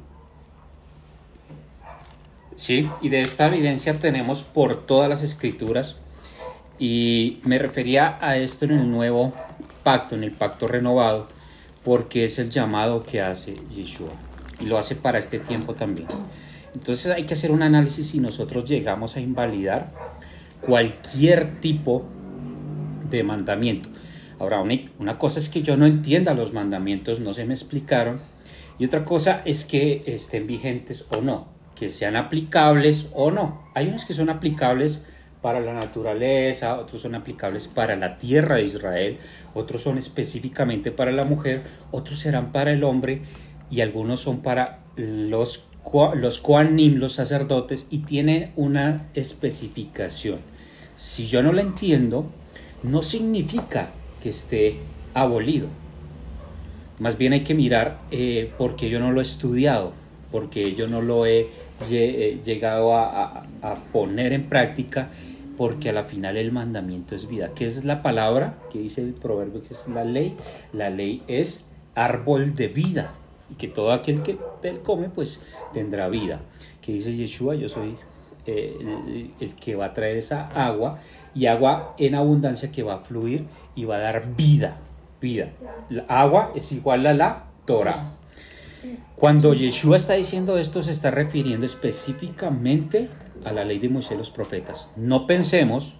Sí, y de esta evidencia tenemos por todas las escrituras, y me refería a esto en el nuevo pacto, en el pacto renovado, porque es el llamado que hace Yeshua y lo hace para este tiempo también. Entonces hay que hacer un análisis si nosotros llegamos a invalidar cualquier tipo de mandamiento. Ahora, una, una cosa es que yo no entienda los mandamientos, no se me explicaron, y otra cosa es que estén vigentes o no, que sean aplicables o no. Hay unos que son aplicables para la naturaleza, otros son aplicables para la tierra de Israel, otros son específicamente para la mujer, otros serán para el hombre, y algunos son para los, los Kohanim, los sacerdotes, y tiene una especificación. Si yo no la entiendo, no significa que esté abolido. Más bien hay que mirar eh, porque yo no lo he estudiado, porque yo no lo he eh, llegado a, a, a poner en práctica, porque a la final el mandamiento es vida. ¿Qué es la palabra? ¿Qué dice el proverbio? ¿Qué es la ley? La ley es árbol de vida, y que todo aquel que él come pues tendrá vida. ¿Qué dice Yeshua? Yo soy eh, el, el que va a traer esa agua, y agua en abundancia que va a fluir y va a dar vida, vida. La agua es igual a la Torah. Cuando Yeshua está diciendo esto, se está refiriendo específicamente a la ley de Moisés y los profetas. No pensemos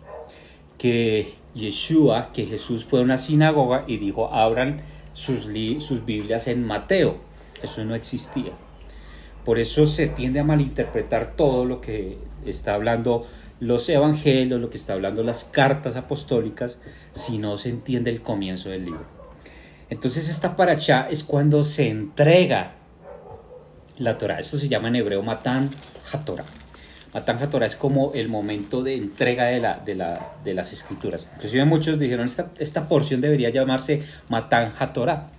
que Yeshua, que Jesús fue a una sinagoga y dijo, abran sus, li- sus Biblias en Mateo. Eso no existía. Por eso se tiende a malinterpretar todo lo que está hablando los evangelios, lo que está hablando las cartas apostólicas, si no se entiende el comienzo del libro. Entonces esta parashá es cuando se entrega la Torá. Esto se llama en hebreo Matan HaTorah. Matan HaTorah es como el momento de entrega de, la, de, la, de las escrituras. Inclusive muchos dijeron, esta, esta porción debería llamarse Matan HaTorah,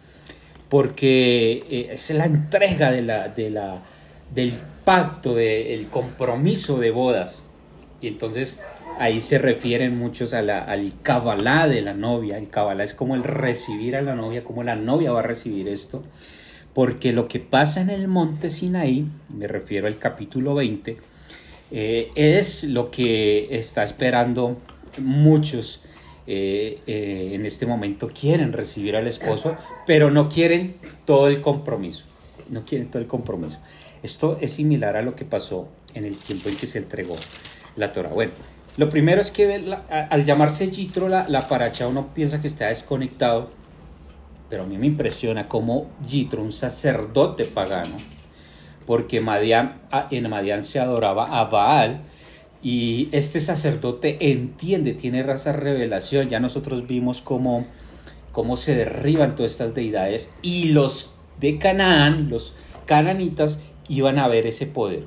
porque eh, es la entrega de la, de la, del pacto, del compromiso de bodas. Y entonces ahí se refieren muchos a la, al Kabbalah de la novia. El Kabbalah es como el recibir a la novia, como la novia va a recibir esto. Porque lo que pasa en el monte Sinaí, me refiero al capítulo veinte, eh, es lo que está esperando muchos eh, eh, en este momento. Quieren recibir al esposo, pero no quieren todo el compromiso. No quieren todo el compromiso. Esto es similar a lo que pasó en el tiempo en que se entregó la Torah. Bueno, lo primero es que la, a, al llamarse Yitro la, la parashá, uno piensa que está desconectado, pero a mí me impresiona cómo Yitro, un sacerdote pagano, porque Madián, en Madián se adoraba a Baal, y este sacerdote entiende, tiene esa revelación. Ya nosotros vimos cómo, cómo se derriban todas estas deidades, y los de Canaán, los cananitas, iban a ver ese poder.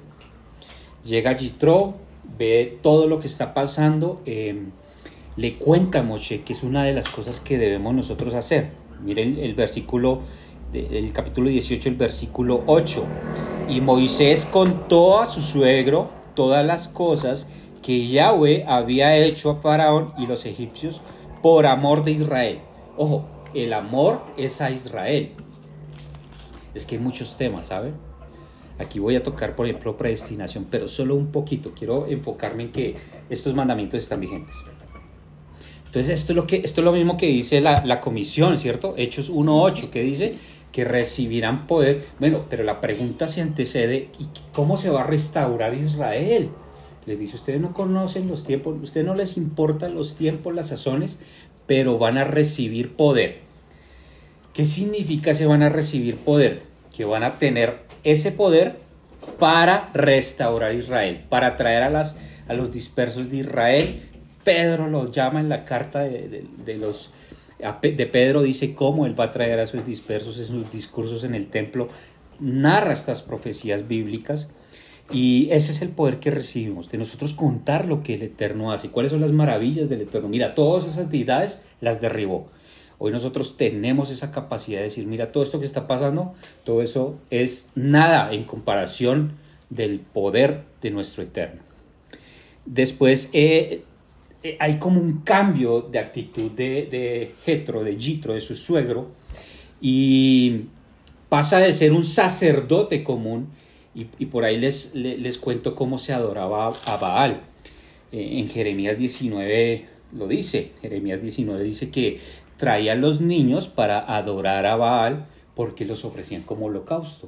Llega Yitro, ve todo lo que está pasando, eh, le cuenta a Moshe que es una de las cosas que debemos nosotros hacer. Miren el versículo, el capítulo dieciocho, el versículo ocho. Y Moisés contó a su suegro todas las cosas que Yahweh había hecho a Faraón y los egipcios por amor de Israel. Ojo, el amor es a Israel. Es que hay muchos temas, ¿saben? Aquí voy a tocar, por ejemplo, predestinación, pero solo un poquito. Quiero enfocarme en que estos mandamientos están vigentes. Entonces, esto es lo, que, esto es lo mismo que dice la, la comisión, ¿cierto? Hechos uno ocho, que dice que recibirán poder. Bueno, pero la pregunta se antecede, ¿y cómo se va a restaurar Israel? Les dice, ustedes no conocen los tiempos, ustedes no les importan los tiempos, las sazones, pero van a recibir poder. ¿Qué significa se van a recibir poder? Que van a tener ese poder para restaurar Israel, para traer a, las, a los dispersos de Israel. Pedro los llama en la carta de, de, de los de Pedro, dice cómo él va a traer a sus dispersos en sus discursos en el templo, narra estas profecías bíblicas, y ese es el poder que recibimos, de nosotros contar lo que el Eterno hace, cuáles son las maravillas del Eterno. Mira, todas esas deidades las derribó. Hoy nosotros tenemos esa capacidad de decir, mira, todo esto que está pasando, todo eso es nada en comparación del poder de nuestro Eterno. Después, eh, hay como un cambio de actitud de, de Jetro, de Yitro, de su suegro, y pasa de ser un sacerdote común, y, y por ahí les, les, les cuento cómo se adoraba a Baal. Eh, en Jeremías diecinueve lo dice, Jeremías diecinueve dice que traía a los niños para adorar a Baal porque los ofrecían como holocausto.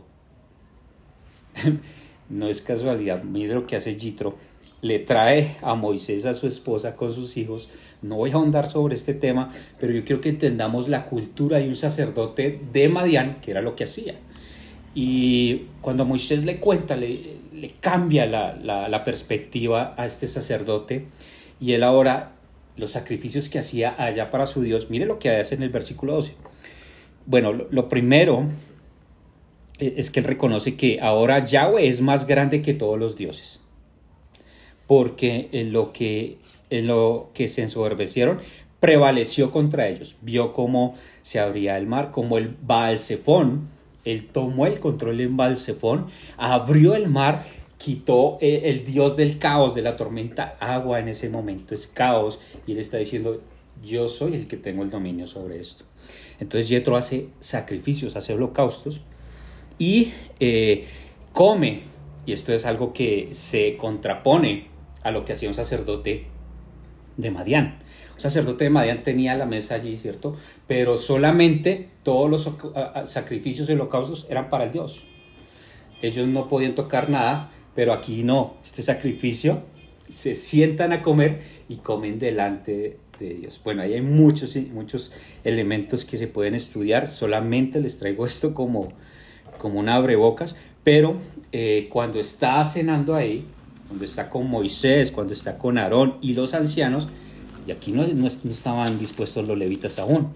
No es casualidad, mire lo que hace Yitro. Le trae a Moisés a su esposa con sus hijos. No voy a ahondar sobre este tema, pero yo quiero que entendamos la cultura de un sacerdote de Madián, que era lo que hacía. Y cuando Moisés le cuenta, le, le cambia la, la, la perspectiva a este sacerdote, y él ahora, los sacrificios que hacía allá para su Dios, mire lo que hace en el versículo doce. Bueno, lo, lo primero es que él reconoce que ahora Yahweh es más grande que todos los dioses, porque en lo que, en lo que se ensoberbecieron prevaleció contra ellos. Vio cómo se abría el mar, como el Baal-Zephón, él tomó el control en Baal-Zephón, abrió el mar, quitó el, el dios del caos, de la tormenta, agua en ese momento, es caos, y él está diciendo, yo soy el que tengo el dominio sobre esto. Entonces Yetro hace sacrificios, hace holocaustos, y eh, come, y esto es algo que se contrapone a lo que hacía un sacerdote de Madián. Un sacerdote de Madián tenía la mesa allí, ¿cierto? Pero solamente todos los sacrificios y holocaustos eran para el Dios. Ellos no podían tocar nada, Pero aquí no, este sacrificio se sientan a comer y comen delante de Dios. Bueno, ahí hay muchos, muchos elementos que se pueden estudiar, solamente les traigo esto como, como un abrebocas, pero eh, cuando está cenando ahí, cuando está con Moisés, cuando está con Aarón y los ancianos, y aquí no, no, no estaban dispuestos los levitas aún,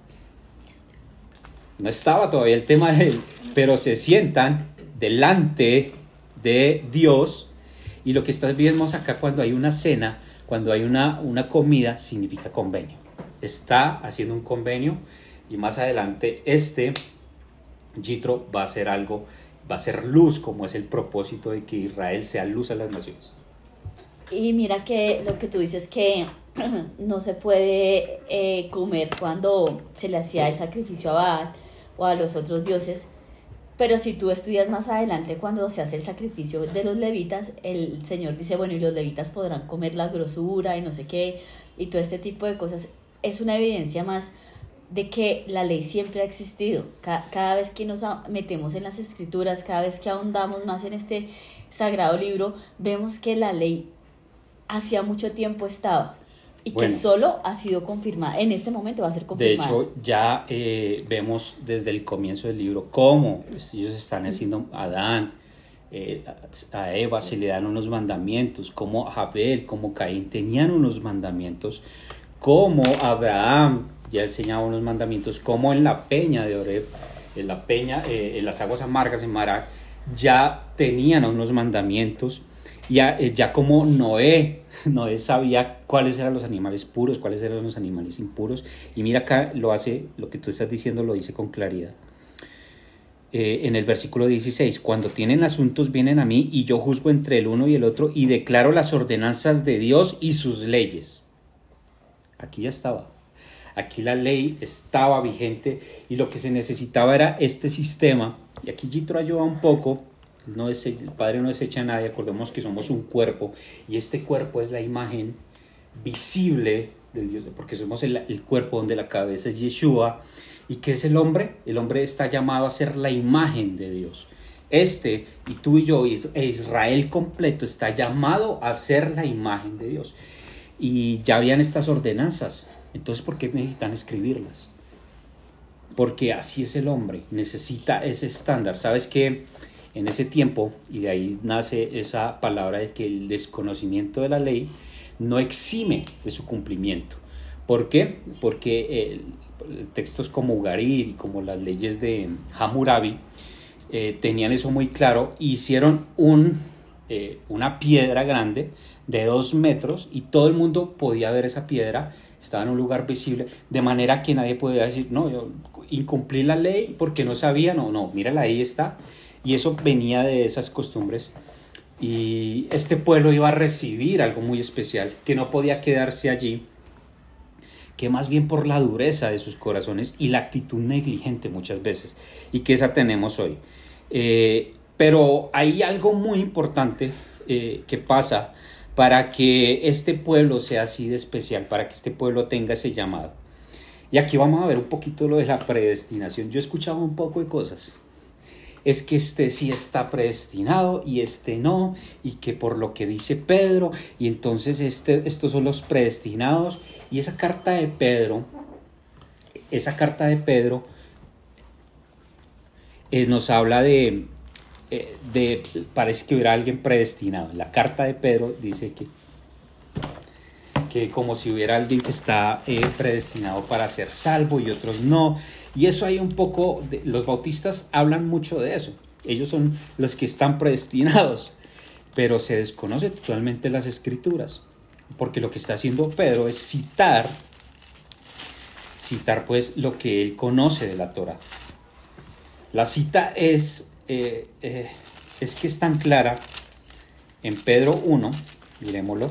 no estaba todavía el tema de él, pero se sientan delante de Dios. Y lo que estás viendo acá cuando hay una cena, cuando hay una, una comida, significa convenio. Está haciendo un convenio y más adelante este Yitro va a hacer algo, va a ser luz, como es el propósito de que Israel sea luz a las naciones. Y mira que lo que tú dices que no se puede eh, comer cuando se le hacía el sacrificio a Baal o a los otros dioses. Pero si tú estudias más adelante, cuando se hace el sacrificio de los levitas, el Señor dice, bueno, y los levitas podrán comer la grosura y no sé qué, y todo este tipo de cosas. Es una evidencia más de que la ley siempre ha existido. Cada, cada vez que nos metemos en las escrituras, cada vez que ahondamos más en este sagrado libro, vemos que la ley hacía mucho tiempo estaba. Y bueno, que solo ha sido confirmada, en este momento va a ser confirmada. De hecho, ya eh, vemos desde el comienzo del libro cómo pues, ellos están haciendo a Adán, eh, a Eva sí. Se le dan unos mandamientos, cómo Abel, cómo Caín tenían unos mandamientos, cómo Abraham ya enseñaba unos mandamientos, cómo en la peña de Oreb, en la peña, eh, en las aguas amargas en Marac, ya tenían unos mandamientos, ya, eh, ya como Noé, Noé sabía cuáles eran los animales puros, cuáles eran los animales impuros. Y mira acá lo hace, lo que tú estás diciendo lo dice con claridad. Eh, en el versículo dieciséis, cuando tienen asuntos vienen a mí y yo juzgo entre el uno y el otro y declaro las ordenanzas de Dios y sus leyes. Aquí ya estaba. Aquí la ley estaba vigente y lo que se necesitaba era este sistema. Y aquí Yitro ayuda un poco. No es, el Padre no desecha a nadie, acordemos que somos un cuerpo y este cuerpo es la imagen visible del Dios, porque somos el, el cuerpo donde la cabeza es Yeshua. ¿Y qué es el hombre? El hombre está llamado a ser la imagen de Dios. Este, y tú y yo, e Israel completo, está llamado a ser la imagen de Dios. Y ya habían estas ordenanzas, entonces ¿por qué necesitan escribirlas? Porque así es el hombre, necesita ese estándar. ¿Sabes qué? En ese tiempo, y de ahí nace esa palabra de que el desconocimiento de la ley no exime de su cumplimiento. ¿Por qué? Porque el, textos como Ugarit y como las leyes de Hammurabi eh, tenían eso muy claro. Hicieron un, eh, una piedra grande de dos metros y todo el mundo podía ver esa piedra, estaba en un lugar visible, de manera que nadie podía decir, no, yo incumplí la ley porque no sabía, no, no, mírala, ahí está. Y eso venía de esas costumbres. Y este pueblo iba a recibir algo muy especial, que no podía quedarse allí, que más bien por la dureza de sus corazones y la actitud negligente muchas veces, y que esa tenemos hoy. Eh, pero hay algo muy importante eh, que pasa para que este pueblo sea así de especial, para que este pueblo tenga ese llamado. Y aquí vamos a ver un poquito lo de la predestinación. Yo he escuchado un poco de cosas. Es que este sí está predestinado y este no, y que por lo que dice Pedro, y entonces este, estos son los predestinados. Y esa carta de Pedro, esa carta de Pedro eh, nos habla de, eh, de, parece que hubiera alguien predestinado. La carta de Pedro dice que, que como si hubiera alguien que está eh, predestinado para ser salvo y otros no. Y eso hay un poco, de, los bautistas hablan mucho de eso. Ellos son los que están predestinados, pero se desconoce totalmente las escrituras, porque lo que está haciendo Pedro es citar, citar pues lo que él conoce de la Torá. La cita es, eh, eh, es que es tan clara en Pedro uno, miremoslo.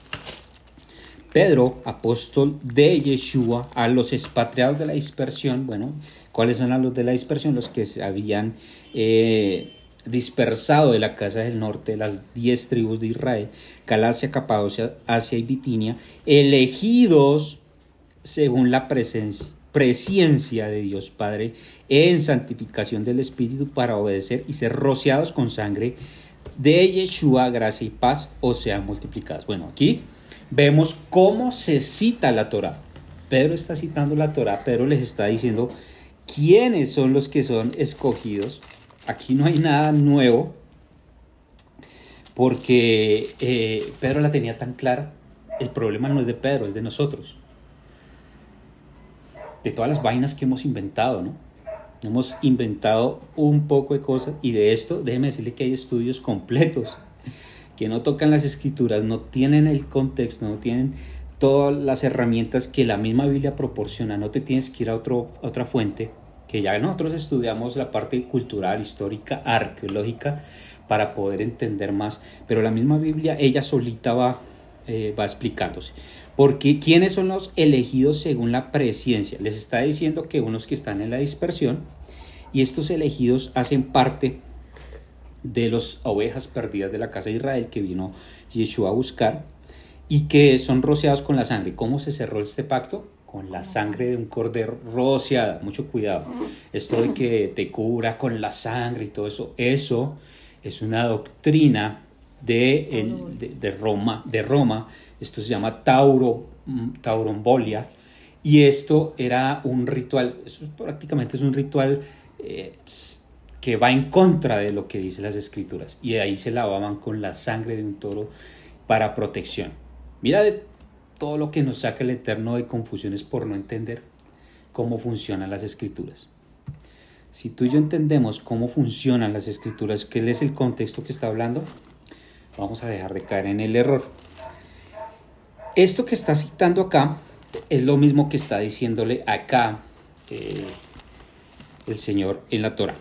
Pedro, apóstol de Yeshua, a los expatriados de la dispersión. Bueno, ¿cuáles son a los de la dispersión? Los que se habían eh, dispersado de la casa del norte, de las diez tribus de Israel, Galacia, Capadocia, Asia y Bitinia, elegidos según la presencia, presciencia de Dios Padre en santificación del Espíritu para obedecer y ser rociados con sangre de Yeshua, gracia y paz os sean multiplicadas. Bueno, aquí vemos cómo se cita la Torá. Pedro está citando la Torá, Pedro les está diciendo quiénes son los que son escogidos. Aquí no hay nada nuevo, porque eh, Pedro la tenía tan clara. El problema no es de Pedro, es de nosotros. De todas las vainas que hemos inventado, ¿no? Hemos inventado un poco de cosas, y de esto déjeme decirle que hay estudios completos que no tocan las escrituras, no tienen el contexto, no tienen todas las herramientas que la misma Biblia proporciona. No te tienes que ir a, otro, a otra fuente, que ya nosotros estudiamos la parte cultural, histórica, arqueológica, para poder entender más, pero la misma Biblia, ella solita va, eh, va explicándose. Porque ¿quiénes son los elegidos según la presciencia? Les está diciendo que unos que están en la dispersión, y estos elegidos hacen parte de las ovejas perdidas de la casa de Israel que vino Yeshua a buscar, y que son rociados con la sangre. ¿Cómo se cerró este pacto? Con la sangre de un cordero rociada. Mucho cuidado. Esto de que te cubra con la sangre y todo eso, eso es una doctrina de, el, de, de Roma, de Roma. Esto se llama tauro, taurombolia, y esto era un ritual, eso prácticamente es un ritual eh, que va en contra de lo que dicen las escrituras, y de ahí se lavaban con la sangre de un toro para protección. Mira de todo lo que nos saca el Eterno de confusiones por no entender cómo funcionan las escrituras. Si tú y yo entendemos cómo funcionan las escrituras, qué es el contexto que está hablando, vamos a dejar de caer en el error. Esto que está citando acá es lo mismo que está diciéndole acá eh, el Señor en la Torá.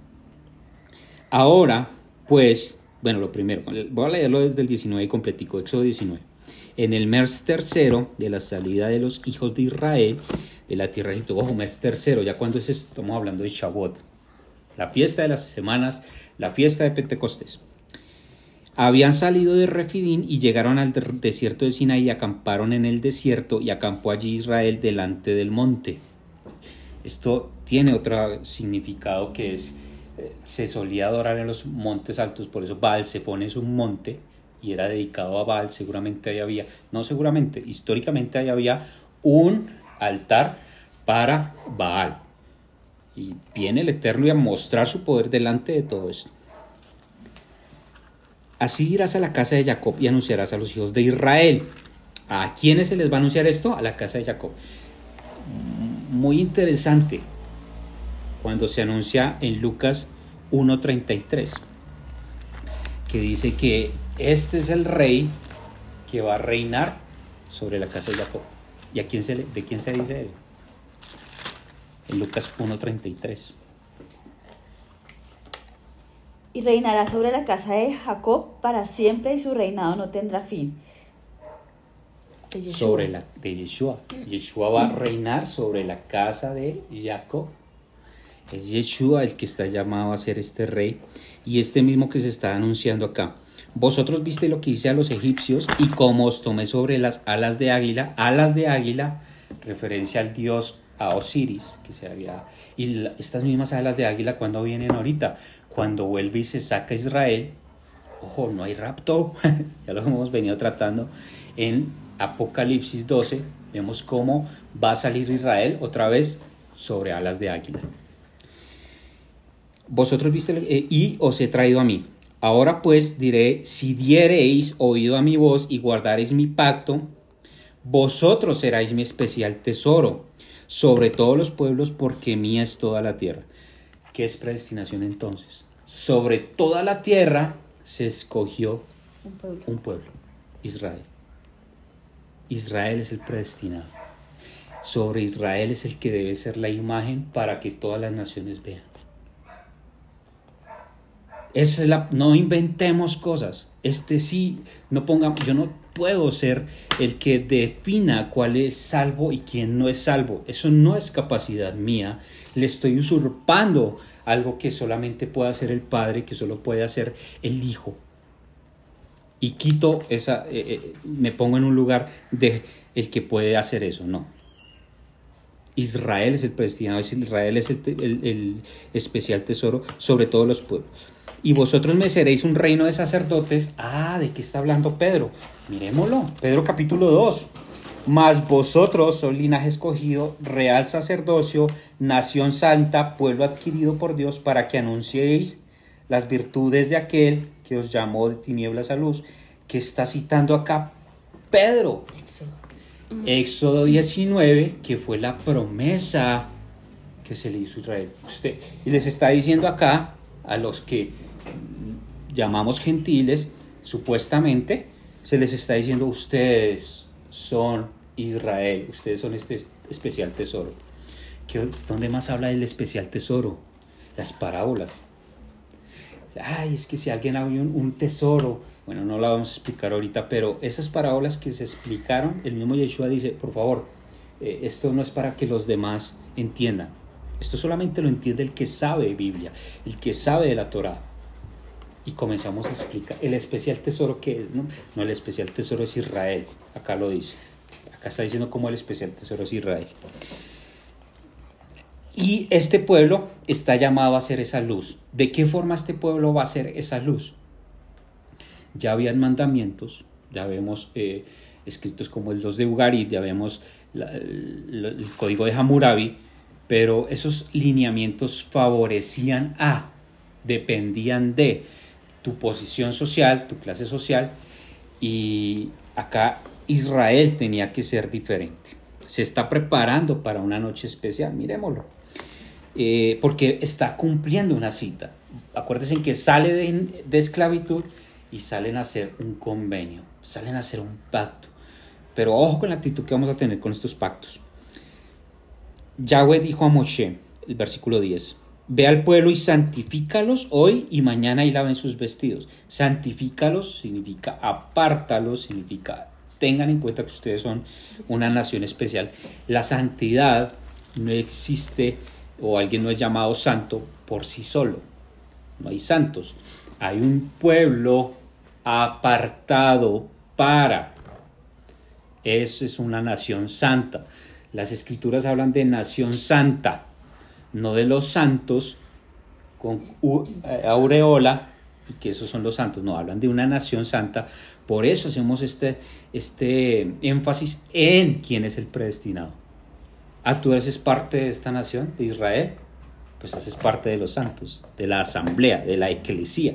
Ahora, pues, bueno, lo primero, voy a leerlo desde el diecinueve completico, Éxodo diecinueve. En el mes tercero de la salida de los hijos de Israel de la tierra de Egipto. Ojo, mes tercero, ya cuando es esto, estamos hablando de Shavuot, la fiesta de las semanas, la fiesta de Pentecostés. Habían salido de Refidín y llegaron al desierto de Sinaí y acamparon en el desierto, y acampó allí Israel delante del monte. Esto tiene otro significado, que es, eh, se solía adorar en los montes altos, por eso Baal-Zephón es un monte y era dedicado a Baal. Seguramente ahí había, no seguramente, históricamente ahí había un altar para Baal. Y viene el Eterno a mostrar su poder delante de todo esto. Así irás a la casa de Jacob y anunciarás a los hijos de Israel. ¿A quiénes se les va a anunciar esto? A la casa de Jacob. Muy interesante cuando se anuncia en Lucas uno treinta y tres, que dice que este es el rey que va a reinar sobre la casa de Jacob. ¿Y a quién se le, de quién se dice eso? En Lucas uno treinta y tres. Y reinará sobre la casa de Jacob para siempre, y su reinado no tendrá fin. De sobre la de Yeshua. Yeshua va a reinar sobre la casa de Jacob. Es Yeshua el que está llamado a ser este rey, y este mismo que se está anunciando acá. Vosotros viste lo que hice a los egipcios, y cómo os tomé sobre las alas de águila. Alas de águila, referencia al dios a Osiris, que se había, y la, estas mismas alas de águila, ¿cuándo vienen ahorita? Cuando vuelve y se saca a Israel. Ojo, no hay rapto, ya lo hemos venido tratando en Apocalipsis doce. Vemos cómo va a salir Israel otra vez sobre alas de águila. Vosotros viste eh, y os he traído a mí. Ahora pues diré, si diereis oído a mi voz y guardareis mi pacto, vosotros seráis mi especial tesoro sobre todos los pueblos, porque mía es toda la tierra. ¿Qué es predestinación entonces? Sobre toda la tierra se escogió un pueblo, un pueblo, Israel. Israel es el predestinado. Sobre Israel es el que debe ser la imagen para que todas las naciones vean. Esa es la, no inventemos cosas. Este sí, no pongamos, yo no puedo ser el que defina cuál es salvo y quién no es salvo. Eso no es capacidad mía. Le estoy usurpando algo que solamente puede hacer el Padre, que solo puede hacer el Hijo. Y quito esa, eh, eh, me pongo en un lugar de el que puede hacer eso. No. Israel es el predestinado, Israel es el, el, el especial tesoro sobre todos los pueblos. Y vosotros me seréis un reino de sacerdotes. Ah, ¿de qué está hablando Pedro? Miremoslo, Pedro capítulo dos. Mas vosotros sois linaje escogido, real sacerdocio, nación santa, pueblo adquirido por Dios, para que anunciéis las virtudes de aquel que os llamó de tinieblas a luz. ¿Qué está citando acá Pedro? Éxodo. Éxodo diecinueve, que fue la promesa que se le hizo a Israel. Usted, y les está diciendo acá a los que llamamos gentiles, supuestamente, se les está diciendo: ustedes son Israel, ustedes son este especial tesoro. ¿Qué, ¿Dónde más habla del especial tesoro? Las parábolas. Ay, es que si alguien había un, un tesoro, bueno, no la vamos a explicar ahorita, pero esas parábolas que se explicaron, el mismo Yeshua dice: por favor, eh, esto no es para que los demás entiendan, esto solamente lo entiende el que sabe de Biblia, el que sabe de la Torá. Y comenzamos a explicar el especial tesoro que es, ¿no? No, el especial tesoro es Israel, acá lo dice, acá está diciendo cómo el especial tesoro es Israel. Y este pueblo está llamado a ser esa luz. ¿De qué forma este pueblo va a ser esa luz? Ya habían mandamientos, ya vemos eh, escritos como el dos de Ugarit, ya vemos la, el, el código de Hammurabi, pero esos lineamientos favorecían a, dependían de tu posición social, tu clase social, y acá Israel tenía que ser diferente. Se está preparando para una noche especial, miremoslo. Eh, porque está cumpliendo una cita. Acuérdense que sale de, de esclavitud y salen a hacer un convenio, salen a hacer un pacto. Pero ojo con la actitud que vamos a tener con estos pactos. Yahweh dijo a Moshe, el versículo diez: ve al pueblo y santifícalos hoy y mañana y laven sus vestidos. Santifícalos significa apártalos, significa tengan en cuenta que ustedes son una nación especial. La santidad no existe, o alguien no es llamado santo por sí solo. No hay santos. Hay un pueblo apartado para. Eso es una nación santa. Las escrituras hablan de nación santa, no de los santos con aureola, y que esos son los santos. No, hablan de una nación santa. Por eso hacemos este, este énfasis en quién es el predestinado. Ah, tú eres parte de esta nación, de Israel, pues haces parte de los santos, de la asamblea, de la eclesía.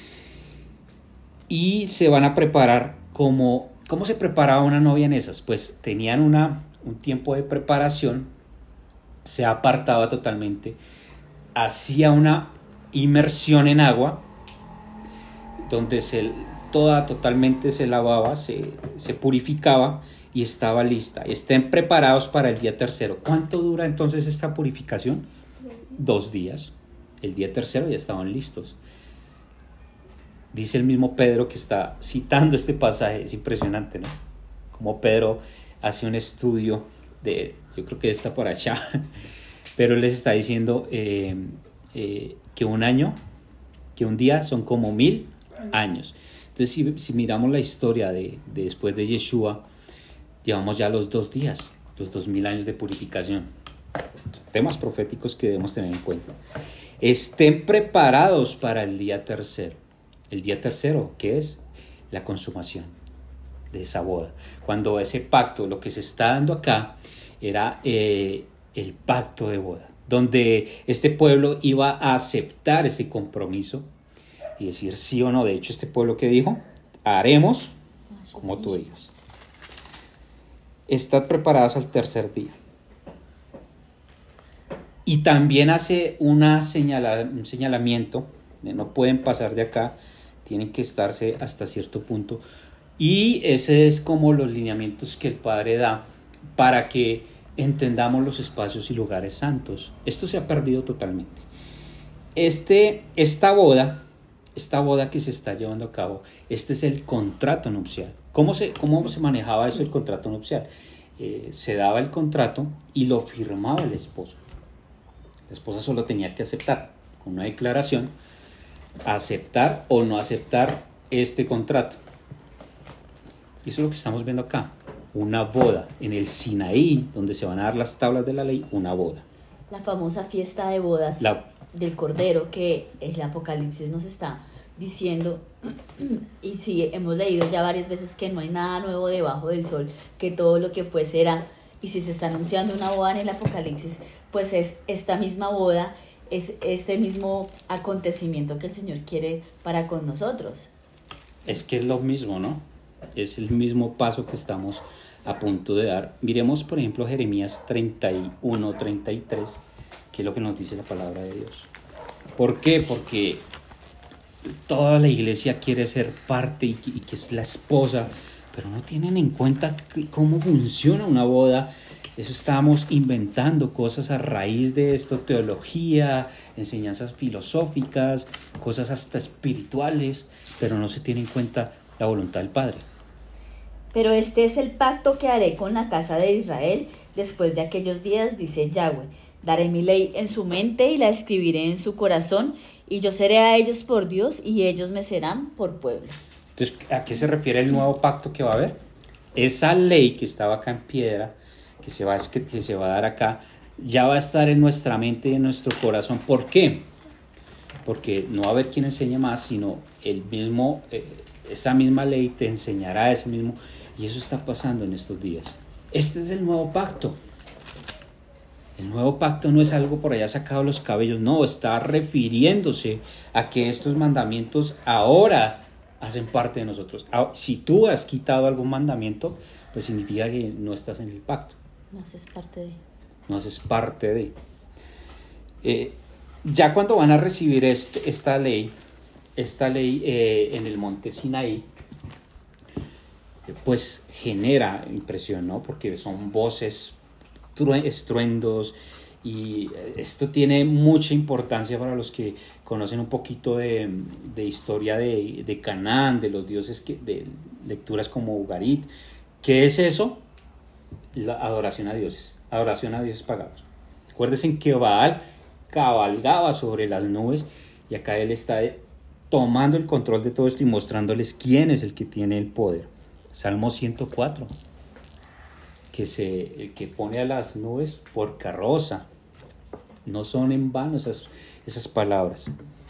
Y se van a preparar como, ¿cómo se preparaba una novia en esas? Pues tenían una, un tiempo de preparación, se apartaba totalmente, hacía una inmersión en agua, donde se, toda totalmente se lavaba, se, se purificaba, y estaba lista. Estén preparados para el día tercero. ¿Cuánto dura entonces esta purificación? Dos días. El día tercero ya estaban listos. Dice el mismo Pedro que está citando este pasaje. Es impresionante, ¿no? Como Pedro hace un estudio de, yo creo que está por allá, pero él les está diciendo eh, eh, que un año, que un día son como mil años. Entonces, si, si miramos la historia de, de después de Yeshua, llevamos ya los dos días, los dos mil años de purificación. Temas proféticos que debemos tener en cuenta. Estén preparados para el día tercero. El día tercero, ¿qué es? La consumación de esa boda. Cuando ese pacto, lo que se está dando acá, era eh, el pacto de boda, donde este pueblo iba a aceptar ese compromiso y decir sí o no. De hecho, este pueblo que dijo, haremos como tú digas. Estad preparados al tercer día. Y también hace una señala, un señalamiento de no pueden pasar de acá, tienen que estarse hasta cierto punto. Y ese es como los lineamientos que el Padre da para que entendamos los espacios y lugares santos. Esto se ha perdido totalmente. Este, esta boda, esta boda que se está llevando a cabo, este es el contrato nupcial. ¿Cómo se, cómo se manejaba eso, el contrato nupcial? Eh, se daba el contrato y lo firmaba el esposo. La esposa solo tenía que aceptar, con una declaración, aceptar o no aceptar este contrato. Y eso es lo que estamos viendo acá. una boda. En el Sinaí, donde se van a dar las tablas de la ley, una boda. La famosa fiesta de bodas La, del Cordero que el Apocalipsis nos está diciendo, y sí, hemos leído ya varias veces que no hay nada nuevo debajo del sol, que todo lo que fue será, y si se está anunciando una boda en el Apocalipsis, pues es esta misma boda, es este mismo acontecimiento que el Señor quiere para con nosotros. es que es lo mismo, ¿no? Es el mismo paso que estamos a punto de dar. Miremos, por ejemplo, Jeremías treinta y uno, treinta y tres, que es lo que nos dice la palabra de Dios. ¿Por qué? Porque toda la iglesia quiere ser parte y que, y que es la esposa, pero no tienen en cuenta cómo funciona una boda. Eso estábamos inventando cosas a raíz de esto, teología, enseñanzas filosóficas, cosas hasta espirituales, pero no se tiene en cuenta la voluntad del Padre. Pero este es el pacto que haré con la casa de Israel después de aquellos días, dice Yahweh. Daré mi ley en su mente y la escribiré en su corazón, y yo seré a ellos por Dios y ellos me serán por pueblo. Entonces, ¿a qué se refiere el nuevo pacto que va a haber? Esa ley que estaba acá en piedra, que se va a, que se va a dar acá, ya va a estar en nuestra mente y en nuestro corazón. ¿Por qué? Porque no va a haber quien enseñe más, sino el mismo, eh, esa misma ley te enseñará ese mismo, y eso está pasando en estos días. Este es el nuevo pacto. El nuevo pacto no es algo por allá sacado de los cabellos, no, está refiriéndose a que estos mandamientos ahora hacen parte de nosotros. Si tú has quitado algún mandamiento, pues significa que no estás en el pacto. No haces parte de. No haces parte de. Eh, ya cuando van a recibir este, esta ley, esta ley eh, en el monte Sinaí, pues genera impresión, ¿no? Porque son voces, estruendos, y esto tiene mucha importancia para los que conocen un poquito de, de historia de, de Canaán, de los dioses, que, de lecturas como Ugarit. ¿Qué es eso? La adoración a dioses, adoración a dioses paganos. Acuérdense que Baal cabalgaba sobre las nubes, y acá él está tomando el control de todo esto y mostrándoles quién es el que tiene el poder. Salmo ciento cuatro, que se, el que pone a las nubes por carroza. No son en vano esas, esas palabras.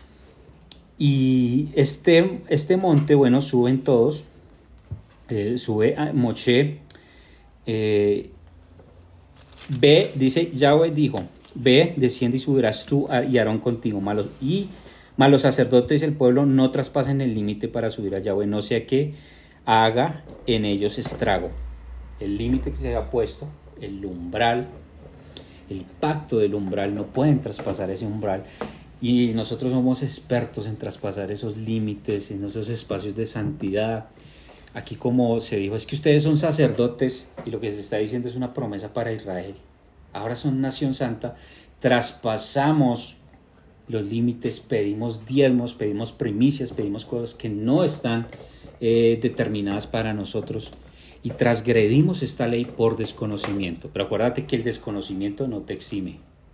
Y este, este monte, bueno, suben todos, eh, sube a Moshe, eh, ve, dice, Yahweh dijo, ve, desciende y subirás tú y Aarón contigo, malos, y malos sacerdotes y el pueblo no traspasen el límite para subir a Yahweh, no sea que haga en ellos estrago. El límite que se había puesto, el umbral, el pacto del umbral, no pueden traspasar ese umbral, y nosotros somos expertos en traspasar esos límites, en esos espacios de santidad. Aquí, como se dijo, es que ustedes son sacerdotes, y lo que se está diciendo es una promesa para Israel. Ahora son nación santa, traspasamos los límites, pedimos diezmos, pedimos primicias, pedimos cosas que no están eh, determinadas para nosotros, y transgredimos esta ley por desconocimiento. Pero acuérdate que el desconocimiento no te exime.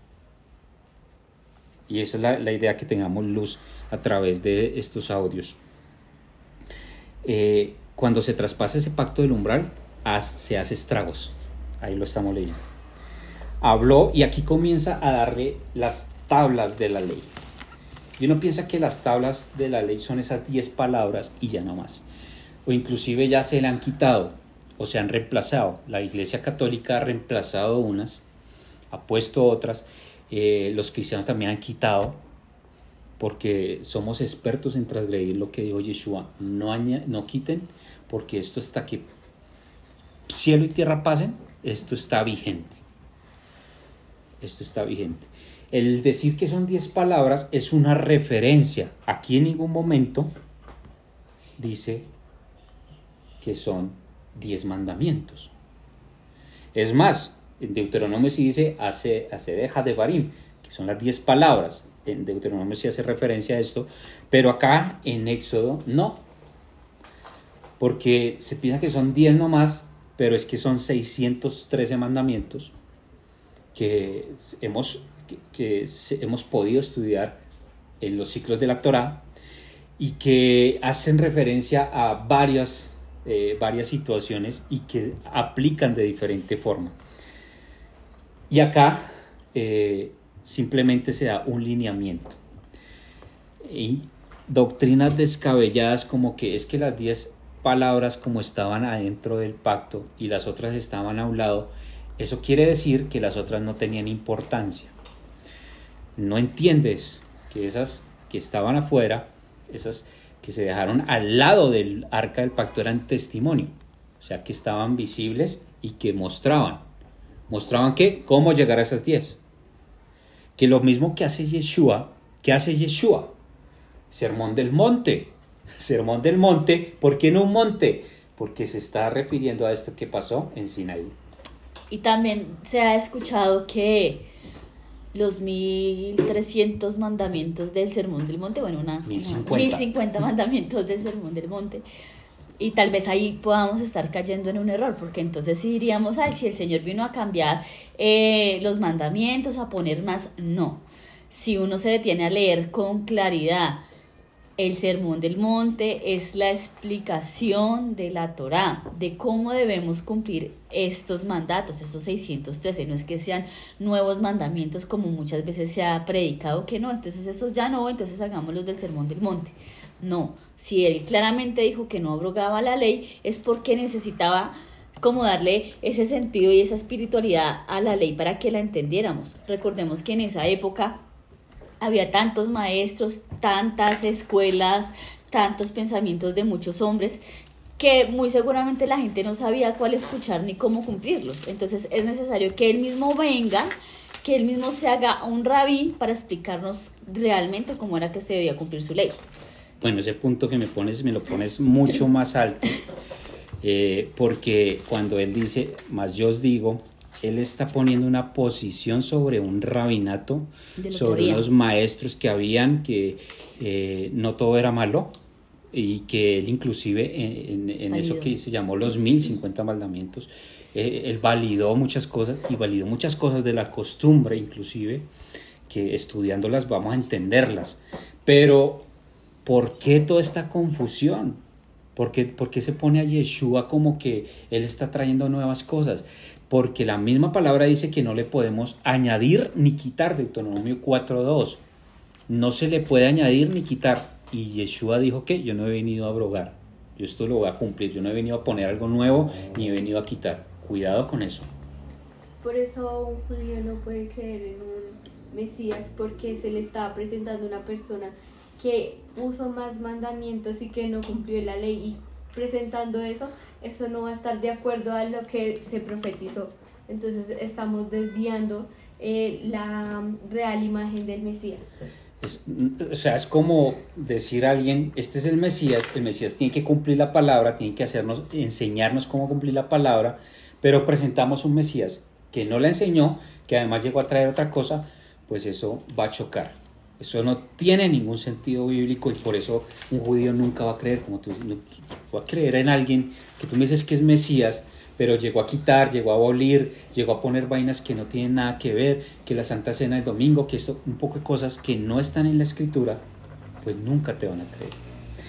Y esa es la, la idea, que tengamos luz a través de estos audios. Eh, cuando se traspasa ese pacto del umbral, haz, se hace estragos. Ahí lo estamos leyendo. Habló, y aquí comienza a darle las tablas de la ley. Y uno piensa que las tablas de la ley son esas diez palabras y ya no más. O inclusive ya se le han quitado o se han reemplazado. La Iglesia Católica ha reemplazado unas, ha puesto otras. Eh, los cristianos también han quitado, porque somos expertos en transgredir lo que dijo Yeshua. No, aña, no quiten, porque esto hasta que cielo y tierra pasen, esto está vigente. Esto está vigente. El decir que son diez palabras es una referencia. Aquí en ningún momento dice que son diez mandamientos. Es más, en Deuteronomio sí dice hace, hace deja de Barim, que son las diez palabras. En Deuteronomio sí hace referencia a esto, pero acá en Éxodo no, porque se piensa que son diez nomás, pero es que son seiscientos trece mandamientos que hemos, que, que hemos podido estudiar en los ciclos de la Torá, y que hacen referencia a varias eh, varias situaciones y que aplican de diferente forma. Y acá eh, simplemente se da un lineamiento. Y doctrinas descabelladas como que es que las diez palabras como estaban adentro del pacto y las otras estaban a un lado, eso quiere decir que las otras no tenían importancia. No entiendes que esas que estaban afuera, esas que se dejaron al lado del arca del pacto eran testimonio, o sea que estaban visibles y que mostraban, mostraban que cómo llegar a esas diez. Que lo mismo que hace Yeshua, ¿qué hace Yeshua? Sermón del monte, sermón del monte, ¿por qué no un monte? Porque se está refiriendo a esto que pasó en Sinaí. Y también se ha escuchado que los mil trescientos mandamientos del Sermón del Monte, bueno, una mil cincuenta mandamientos del Sermón del Monte, y tal vez ahí podamos estar cayendo en un error, porque entonces sí diríamos, ay, si el Señor vino a cambiar eh, los mandamientos, a poner más, no. Si uno se detiene a leer con claridad, el Sermón del Monte es la explicación de la Torá, de cómo debemos cumplir estos mandatos, estos seiscientos trece. No es que sean nuevos mandamientos como muchas veces se ha predicado que no, entonces estos ya no, entonces hagamos los del Sermón del Monte. No, si él claramente dijo que no abrogaba la ley, es porque necesitaba como darle ese sentido y esa espiritualidad a la ley para que la entendiéramos. Recordemos que en esa época había tantos maestros, tantas escuelas, tantos pensamientos de muchos hombres que muy seguramente la gente no sabía cuál escuchar ni cómo cumplirlos. Entonces es necesario que él mismo venga, que él mismo se haga un rabí para explicarnos realmente cómo era que se debía cumplir su ley. Bueno, ese punto que me pones, me lo pones mucho más alto, eh, porque cuando él dice, más yo os digo, él está poniendo una posición sobre un rabinato, sobre unos maestros que habían, que eh, no todo era malo, y que él inclusive en, en, en eso que se llamó los mil cincuenta mandamientos, eh, él validó muchas cosas, y validó muchas cosas de la costumbre inclusive, que estudiándolas vamos a entenderlas. Pero, ¿por qué toda esta confusión? ¿Por qué, por qué se pone a Yeshua como que él está trayendo nuevas cosas? Porque la misma palabra dice que no le podemos añadir ni quitar, Deuteronomio cuatro dos. No se le puede añadir ni quitar. Y Yeshua dijo que yo no he venido a abrogar. Yo esto lo voy a cumplir. Yo no he venido a poner algo nuevo ni he venido a quitar. Cuidado con eso. Por eso un judío no puede creer en un Mesías, porque se le estaba presentando una persona que puso más mandamientos y que no cumplió la ley, y presentando eso, eso no va a estar de acuerdo a lo que se profetizó. Entonces estamos desviando eh, la real imagen del Mesías. Es, o sea, es como decir a alguien, este es el Mesías, el Mesías tiene que cumplir la palabra, tiene que hacernos, enseñarnos cómo cumplir la palabra, pero presentamos un Mesías que no la enseñó, que además llegó a traer otra cosa, pues eso va a chocar. Eso no tiene ningún sentido bíblico, y por eso un judío nunca va a creer, como tú dices, no, va a creer en alguien que tú me dices que es Mesías, pero llegó a quitar, llegó a abolir, llegó a poner vainas que no tienen nada que ver, que la Santa Cena del domingo, que esto, un poco de cosas que no están en la Escritura, pues nunca te van a creer.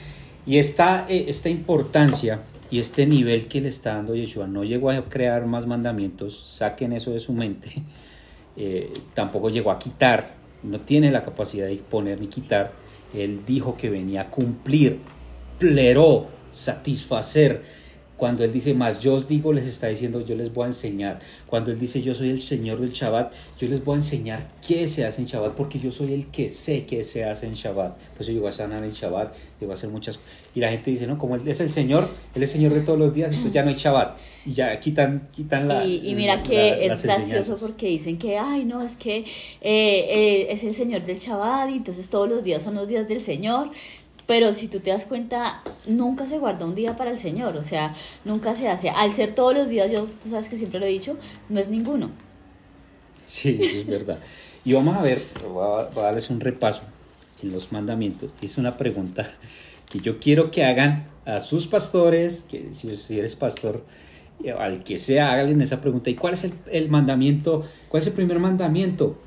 Y esta, eh, esta importancia y este nivel que le está dando Yeshua, no llegó a crear más mandamientos, saquen eso de su mente, eh, tampoco llegó a quitar, no tiene la capacidad de poner ni quitar. Él dijo que venía a cumplir, pleró, satisfacer. Cuando él dice, más yo os digo, les está diciendo, yo les voy a enseñar. Cuando él dice, yo soy el Señor del Shabbat, yo les voy a enseñar qué se hace en Shabbat, porque yo soy el que sé qué se hace en Shabbat. Por eso llegó a sanar el Shabbat, llegó a hacer muchas cosas. Y la gente dice, no, como él es el Señor, él es Señor de todos los días, entonces ya no hay Shabbat. Y ya quitan, quitan la... Y, y mira la, que la, es gracioso porque dicen que, ay, no, es que eh, eh, es el Señor del Shabbat, y entonces todos los días son los días del Señor. Pero si tú te das cuenta, nunca se guarda un día para el Señor, o sea, nunca se hace. Al ser todos los días, yo, tú sabes que siempre lo he dicho, no es ninguno. Sí, eso es verdad. Y vamos a ver, voy a, voy a darles un repaso en los mandamientos. Es una pregunta que yo quiero que hagan a sus pastores, que si, si eres pastor, al que sea, háganle esa pregunta. ¿Y cuál es el, el mandamiento? ¿Cuál es el primer mandamiento?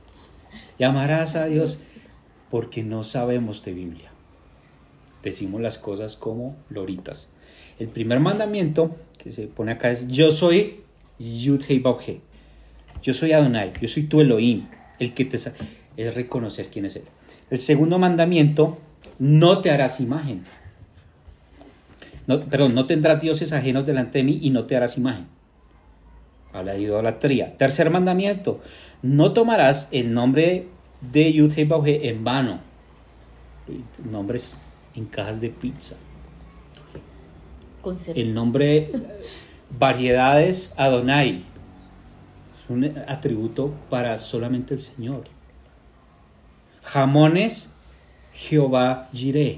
Y amarás a Dios, porque no sabemos de Biblia. Decimos las cosas como loritas. El primer mandamiento que se pone acá es: yo soy Yud Hei Vav He. Yo soy Adonai, yo soy tu Elohim, el que te sa- es reconocer quién es Él. El segundo mandamiento: no te harás imagen. No, perdón, no tendrás dioses ajenos delante de mí y no te harás imagen. Habla de idolatría. Tercer mandamiento: no tomarás el nombre de Yud Hei Vav He en vano. Nombres en cajas de pizza. Conserva. El nombre variedades Adonai es un atributo para solamente el Señor. Jamones Jehová Jireh,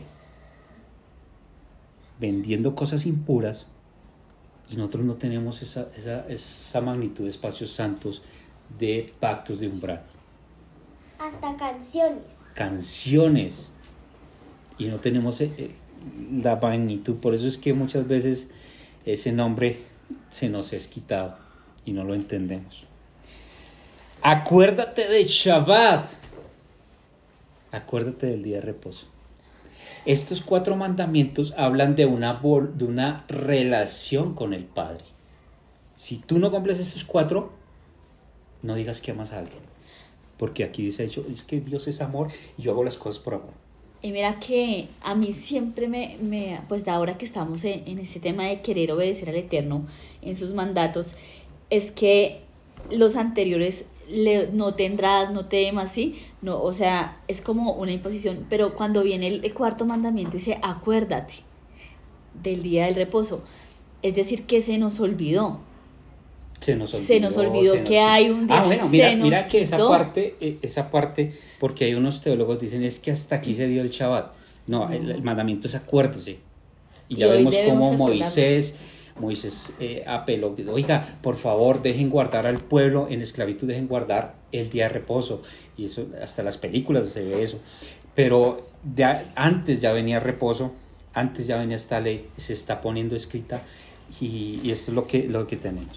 vendiendo cosas impuras, y nosotros no tenemos esa, esa, esa magnitud de espacios santos, de pactos de umbral. Hasta canciones. Canciones, y no tenemos eh, eh, la magnitud. Por eso es que muchas veces ese nombre se nos es quitado y no lo entendemos. Acuérdate de Shabbat, acuérdate del día de reposo. Estos cuatro mandamientos hablan de una, de una relación con el Padre. Si tú no cumples estos cuatro, no digas que amas a alguien, porque aquí dice hecho, es que Dios es amor y yo hago las cosas por amor. Y mira que a mí siempre me, me pues de ahora que estamos en, en ese tema de querer obedecer al Eterno en sus mandatos, es que los anteriores, le, no tendrás, no temas, ¿sí? No, o sea, es como una imposición, pero cuando viene el, el cuarto mandamiento dice, acuérdate del día del reposo, es decir, que se nos olvidó. Se nos olvidó, se nos olvidó se nos que quitó. hay un día. Ah, bueno, mira, se mira nos que esa quitó. parte, eh, esa parte, porque hay unos teólogos dicen es que hasta aquí se dio el Shabbat. No, el, el mandamiento es acuérdese. Y ya Y hoy vemos debemos cómo recordarnos. Moisés, Moisés eh, apeló, oiga, por favor, dejen guardar al pueblo en esclavitud, dejen guardar el día de reposo. Y eso, hasta las películas se ve eso. Pero ya, antes ya venía reposo, antes ya venía esta ley, se está poniendo escrita, y, y esto es lo que, lo que tenemos.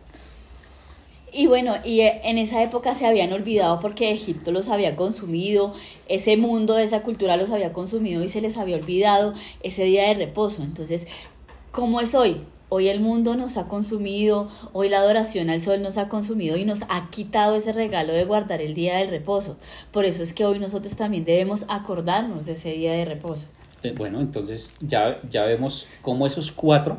Y bueno, y en esa época se habían olvidado porque Egipto los había consumido, ese mundo de esa cultura los había consumido y se les había olvidado ese día de reposo. Entonces, ¿cómo es hoy? Hoy el mundo nos ha consumido, hoy la adoración al sol nos ha consumido y nos ha quitado ese regalo de guardar el día del reposo. Por eso es que hoy nosotros también debemos acordarnos de ese día de reposo. Eh, bueno, entonces ya, ya vemos cómo esos cuatro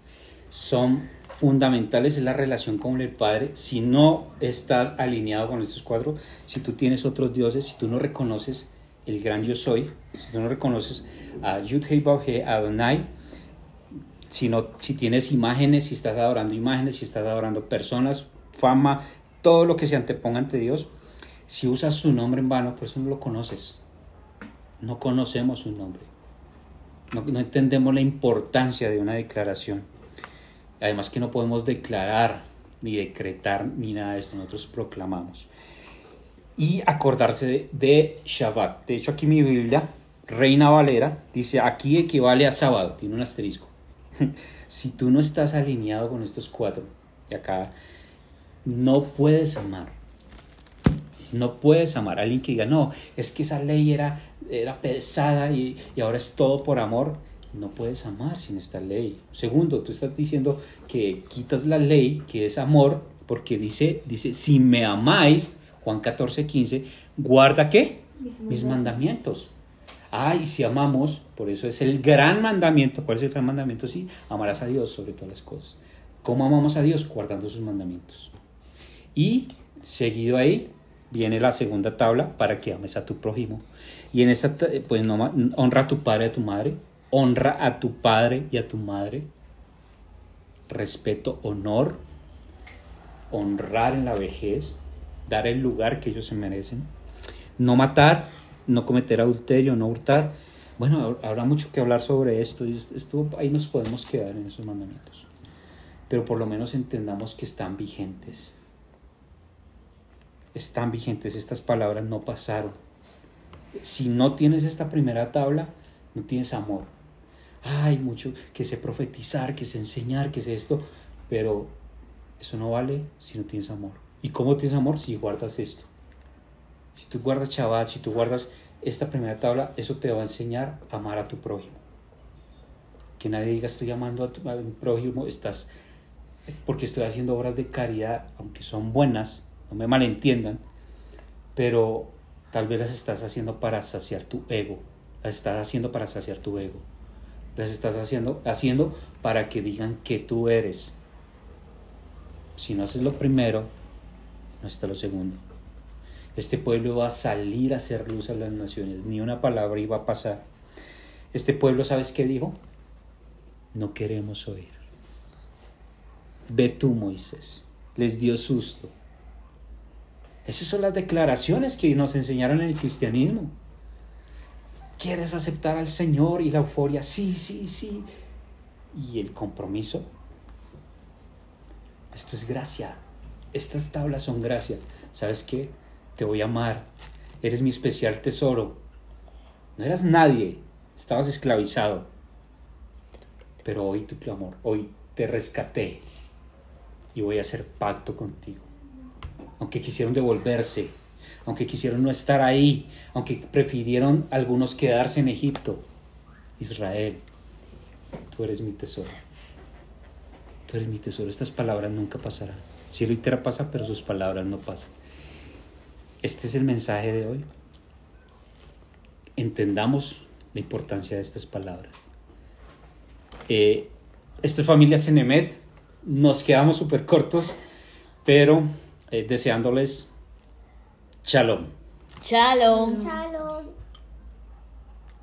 son fundamentales en la relación con el Padre. Si no estás alineado con estos cuatro, si tú tienes otros dioses, si tú no reconoces el gran yo soy, si tú no reconoces a Yud Hei Vav He, Adonai, si, no, si tienes imágenes, si estás adorando imágenes, si estás adorando personas, fama, todo lo que se anteponga ante Dios, si usas su nombre en vano, por eso no lo conoces. No conocemos su nombre. No, no entendemos la importancia de una declaración. Además que no podemos declarar, ni decretar, ni nada de esto. Nosotros proclamamos. Y acordarse de, de Shabbat. De hecho, aquí mi Biblia, Reina Valera, dice, aquí equivale a sábado. Tiene un asterisco. Si tú no estás alineado con estos cuatro, y acá, no puedes amar. No puedes amar a alguien que diga, no, es que esa ley era, era pesada y, y ahora es todo por amor. No puedes amar sin esta ley. Segundo, tú estás diciendo que quitas la ley, que es amor, porque dice, dice si me amáis, Juan catorce, quince, guarda ¿qué? Mis, Mis mandamientos. Ah, y si amamos, por eso es el gran mandamiento. ¿Cuál es el gran mandamiento? Sí, amarás a Dios sobre todas las cosas. ¿Cómo amamos a Dios? Guardando sus mandamientos. Y seguido ahí viene la segunda tabla para que ames a tu prójimo. Y en esta, pues no, honra a tu padre y a tu madre. Honra a tu padre y a tu madre. Respeto, honor. Honrar en la vejez. Dar el lugar que ellos se merecen. No matar, no cometer adulterio, no hurtar. Bueno, habrá mucho que hablar sobre esto. esto ahí nos podemos quedar en esos mandamientos. Pero por lo menos entendamos que están vigentes. Están vigentes. Estas palabras no pasaron. Si no tienes esta primera tabla, no tienes amor. Hay mucho que sé profetizar, que sé enseñar, que sé esto, pero eso no vale si no tienes amor. ¿Y cómo tienes amor? Si guardas esto. Si tú guardas Shabbat, si tú guardas esta primera tabla, eso te va a enseñar a amar a tu prójimo. Que nadie diga estoy amando a, tu, a mi prójimo, estás, porque estoy haciendo obras de caridad, aunque son buenas, no me malentiendan, pero tal vez las estás haciendo para saciar tu ego, las estás haciendo para saciar tu ego, las estás haciendo, haciendo para que digan que tú eres. Si no haces lo primero, no está lo segundo. Este pueblo va a salir a hacer luz a las naciones, ni una palabra iba a pasar. Este pueblo, ¿sabes qué dijo? No queremos oír. Ve tú, Moisés. Les dio susto. Esas son las declaraciones que nos enseñaron en el cristianismo. ¿Quieres aceptar al Señor? Y la euforia, sí, sí, sí. Y el compromiso. Esto es gracia. Estas tablas son gracia. ¿Sabes qué? Te voy a amar. Eres mi especial tesoro. No eras nadie. Estabas esclavizado. Pero hoy tu clamor, hoy te rescaté. Y voy a hacer pacto contigo. Aunque quisieron devolverse, aunque quisieron no estar ahí, aunque prefirieron algunos quedarse en Egipto. Israel, tú eres mi tesoro. Tú eres mi tesoro. Estas palabras nunca pasarán. Cielo y tierra pasa, pero sus palabras no pasan. Este es el mensaje de hoy. Entendamos la importancia de estas palabras. Eh, esta es familia Cenemet. Nos quedamos súper cortos, pero eh, deseándoles shalom. Shalom. Shalom.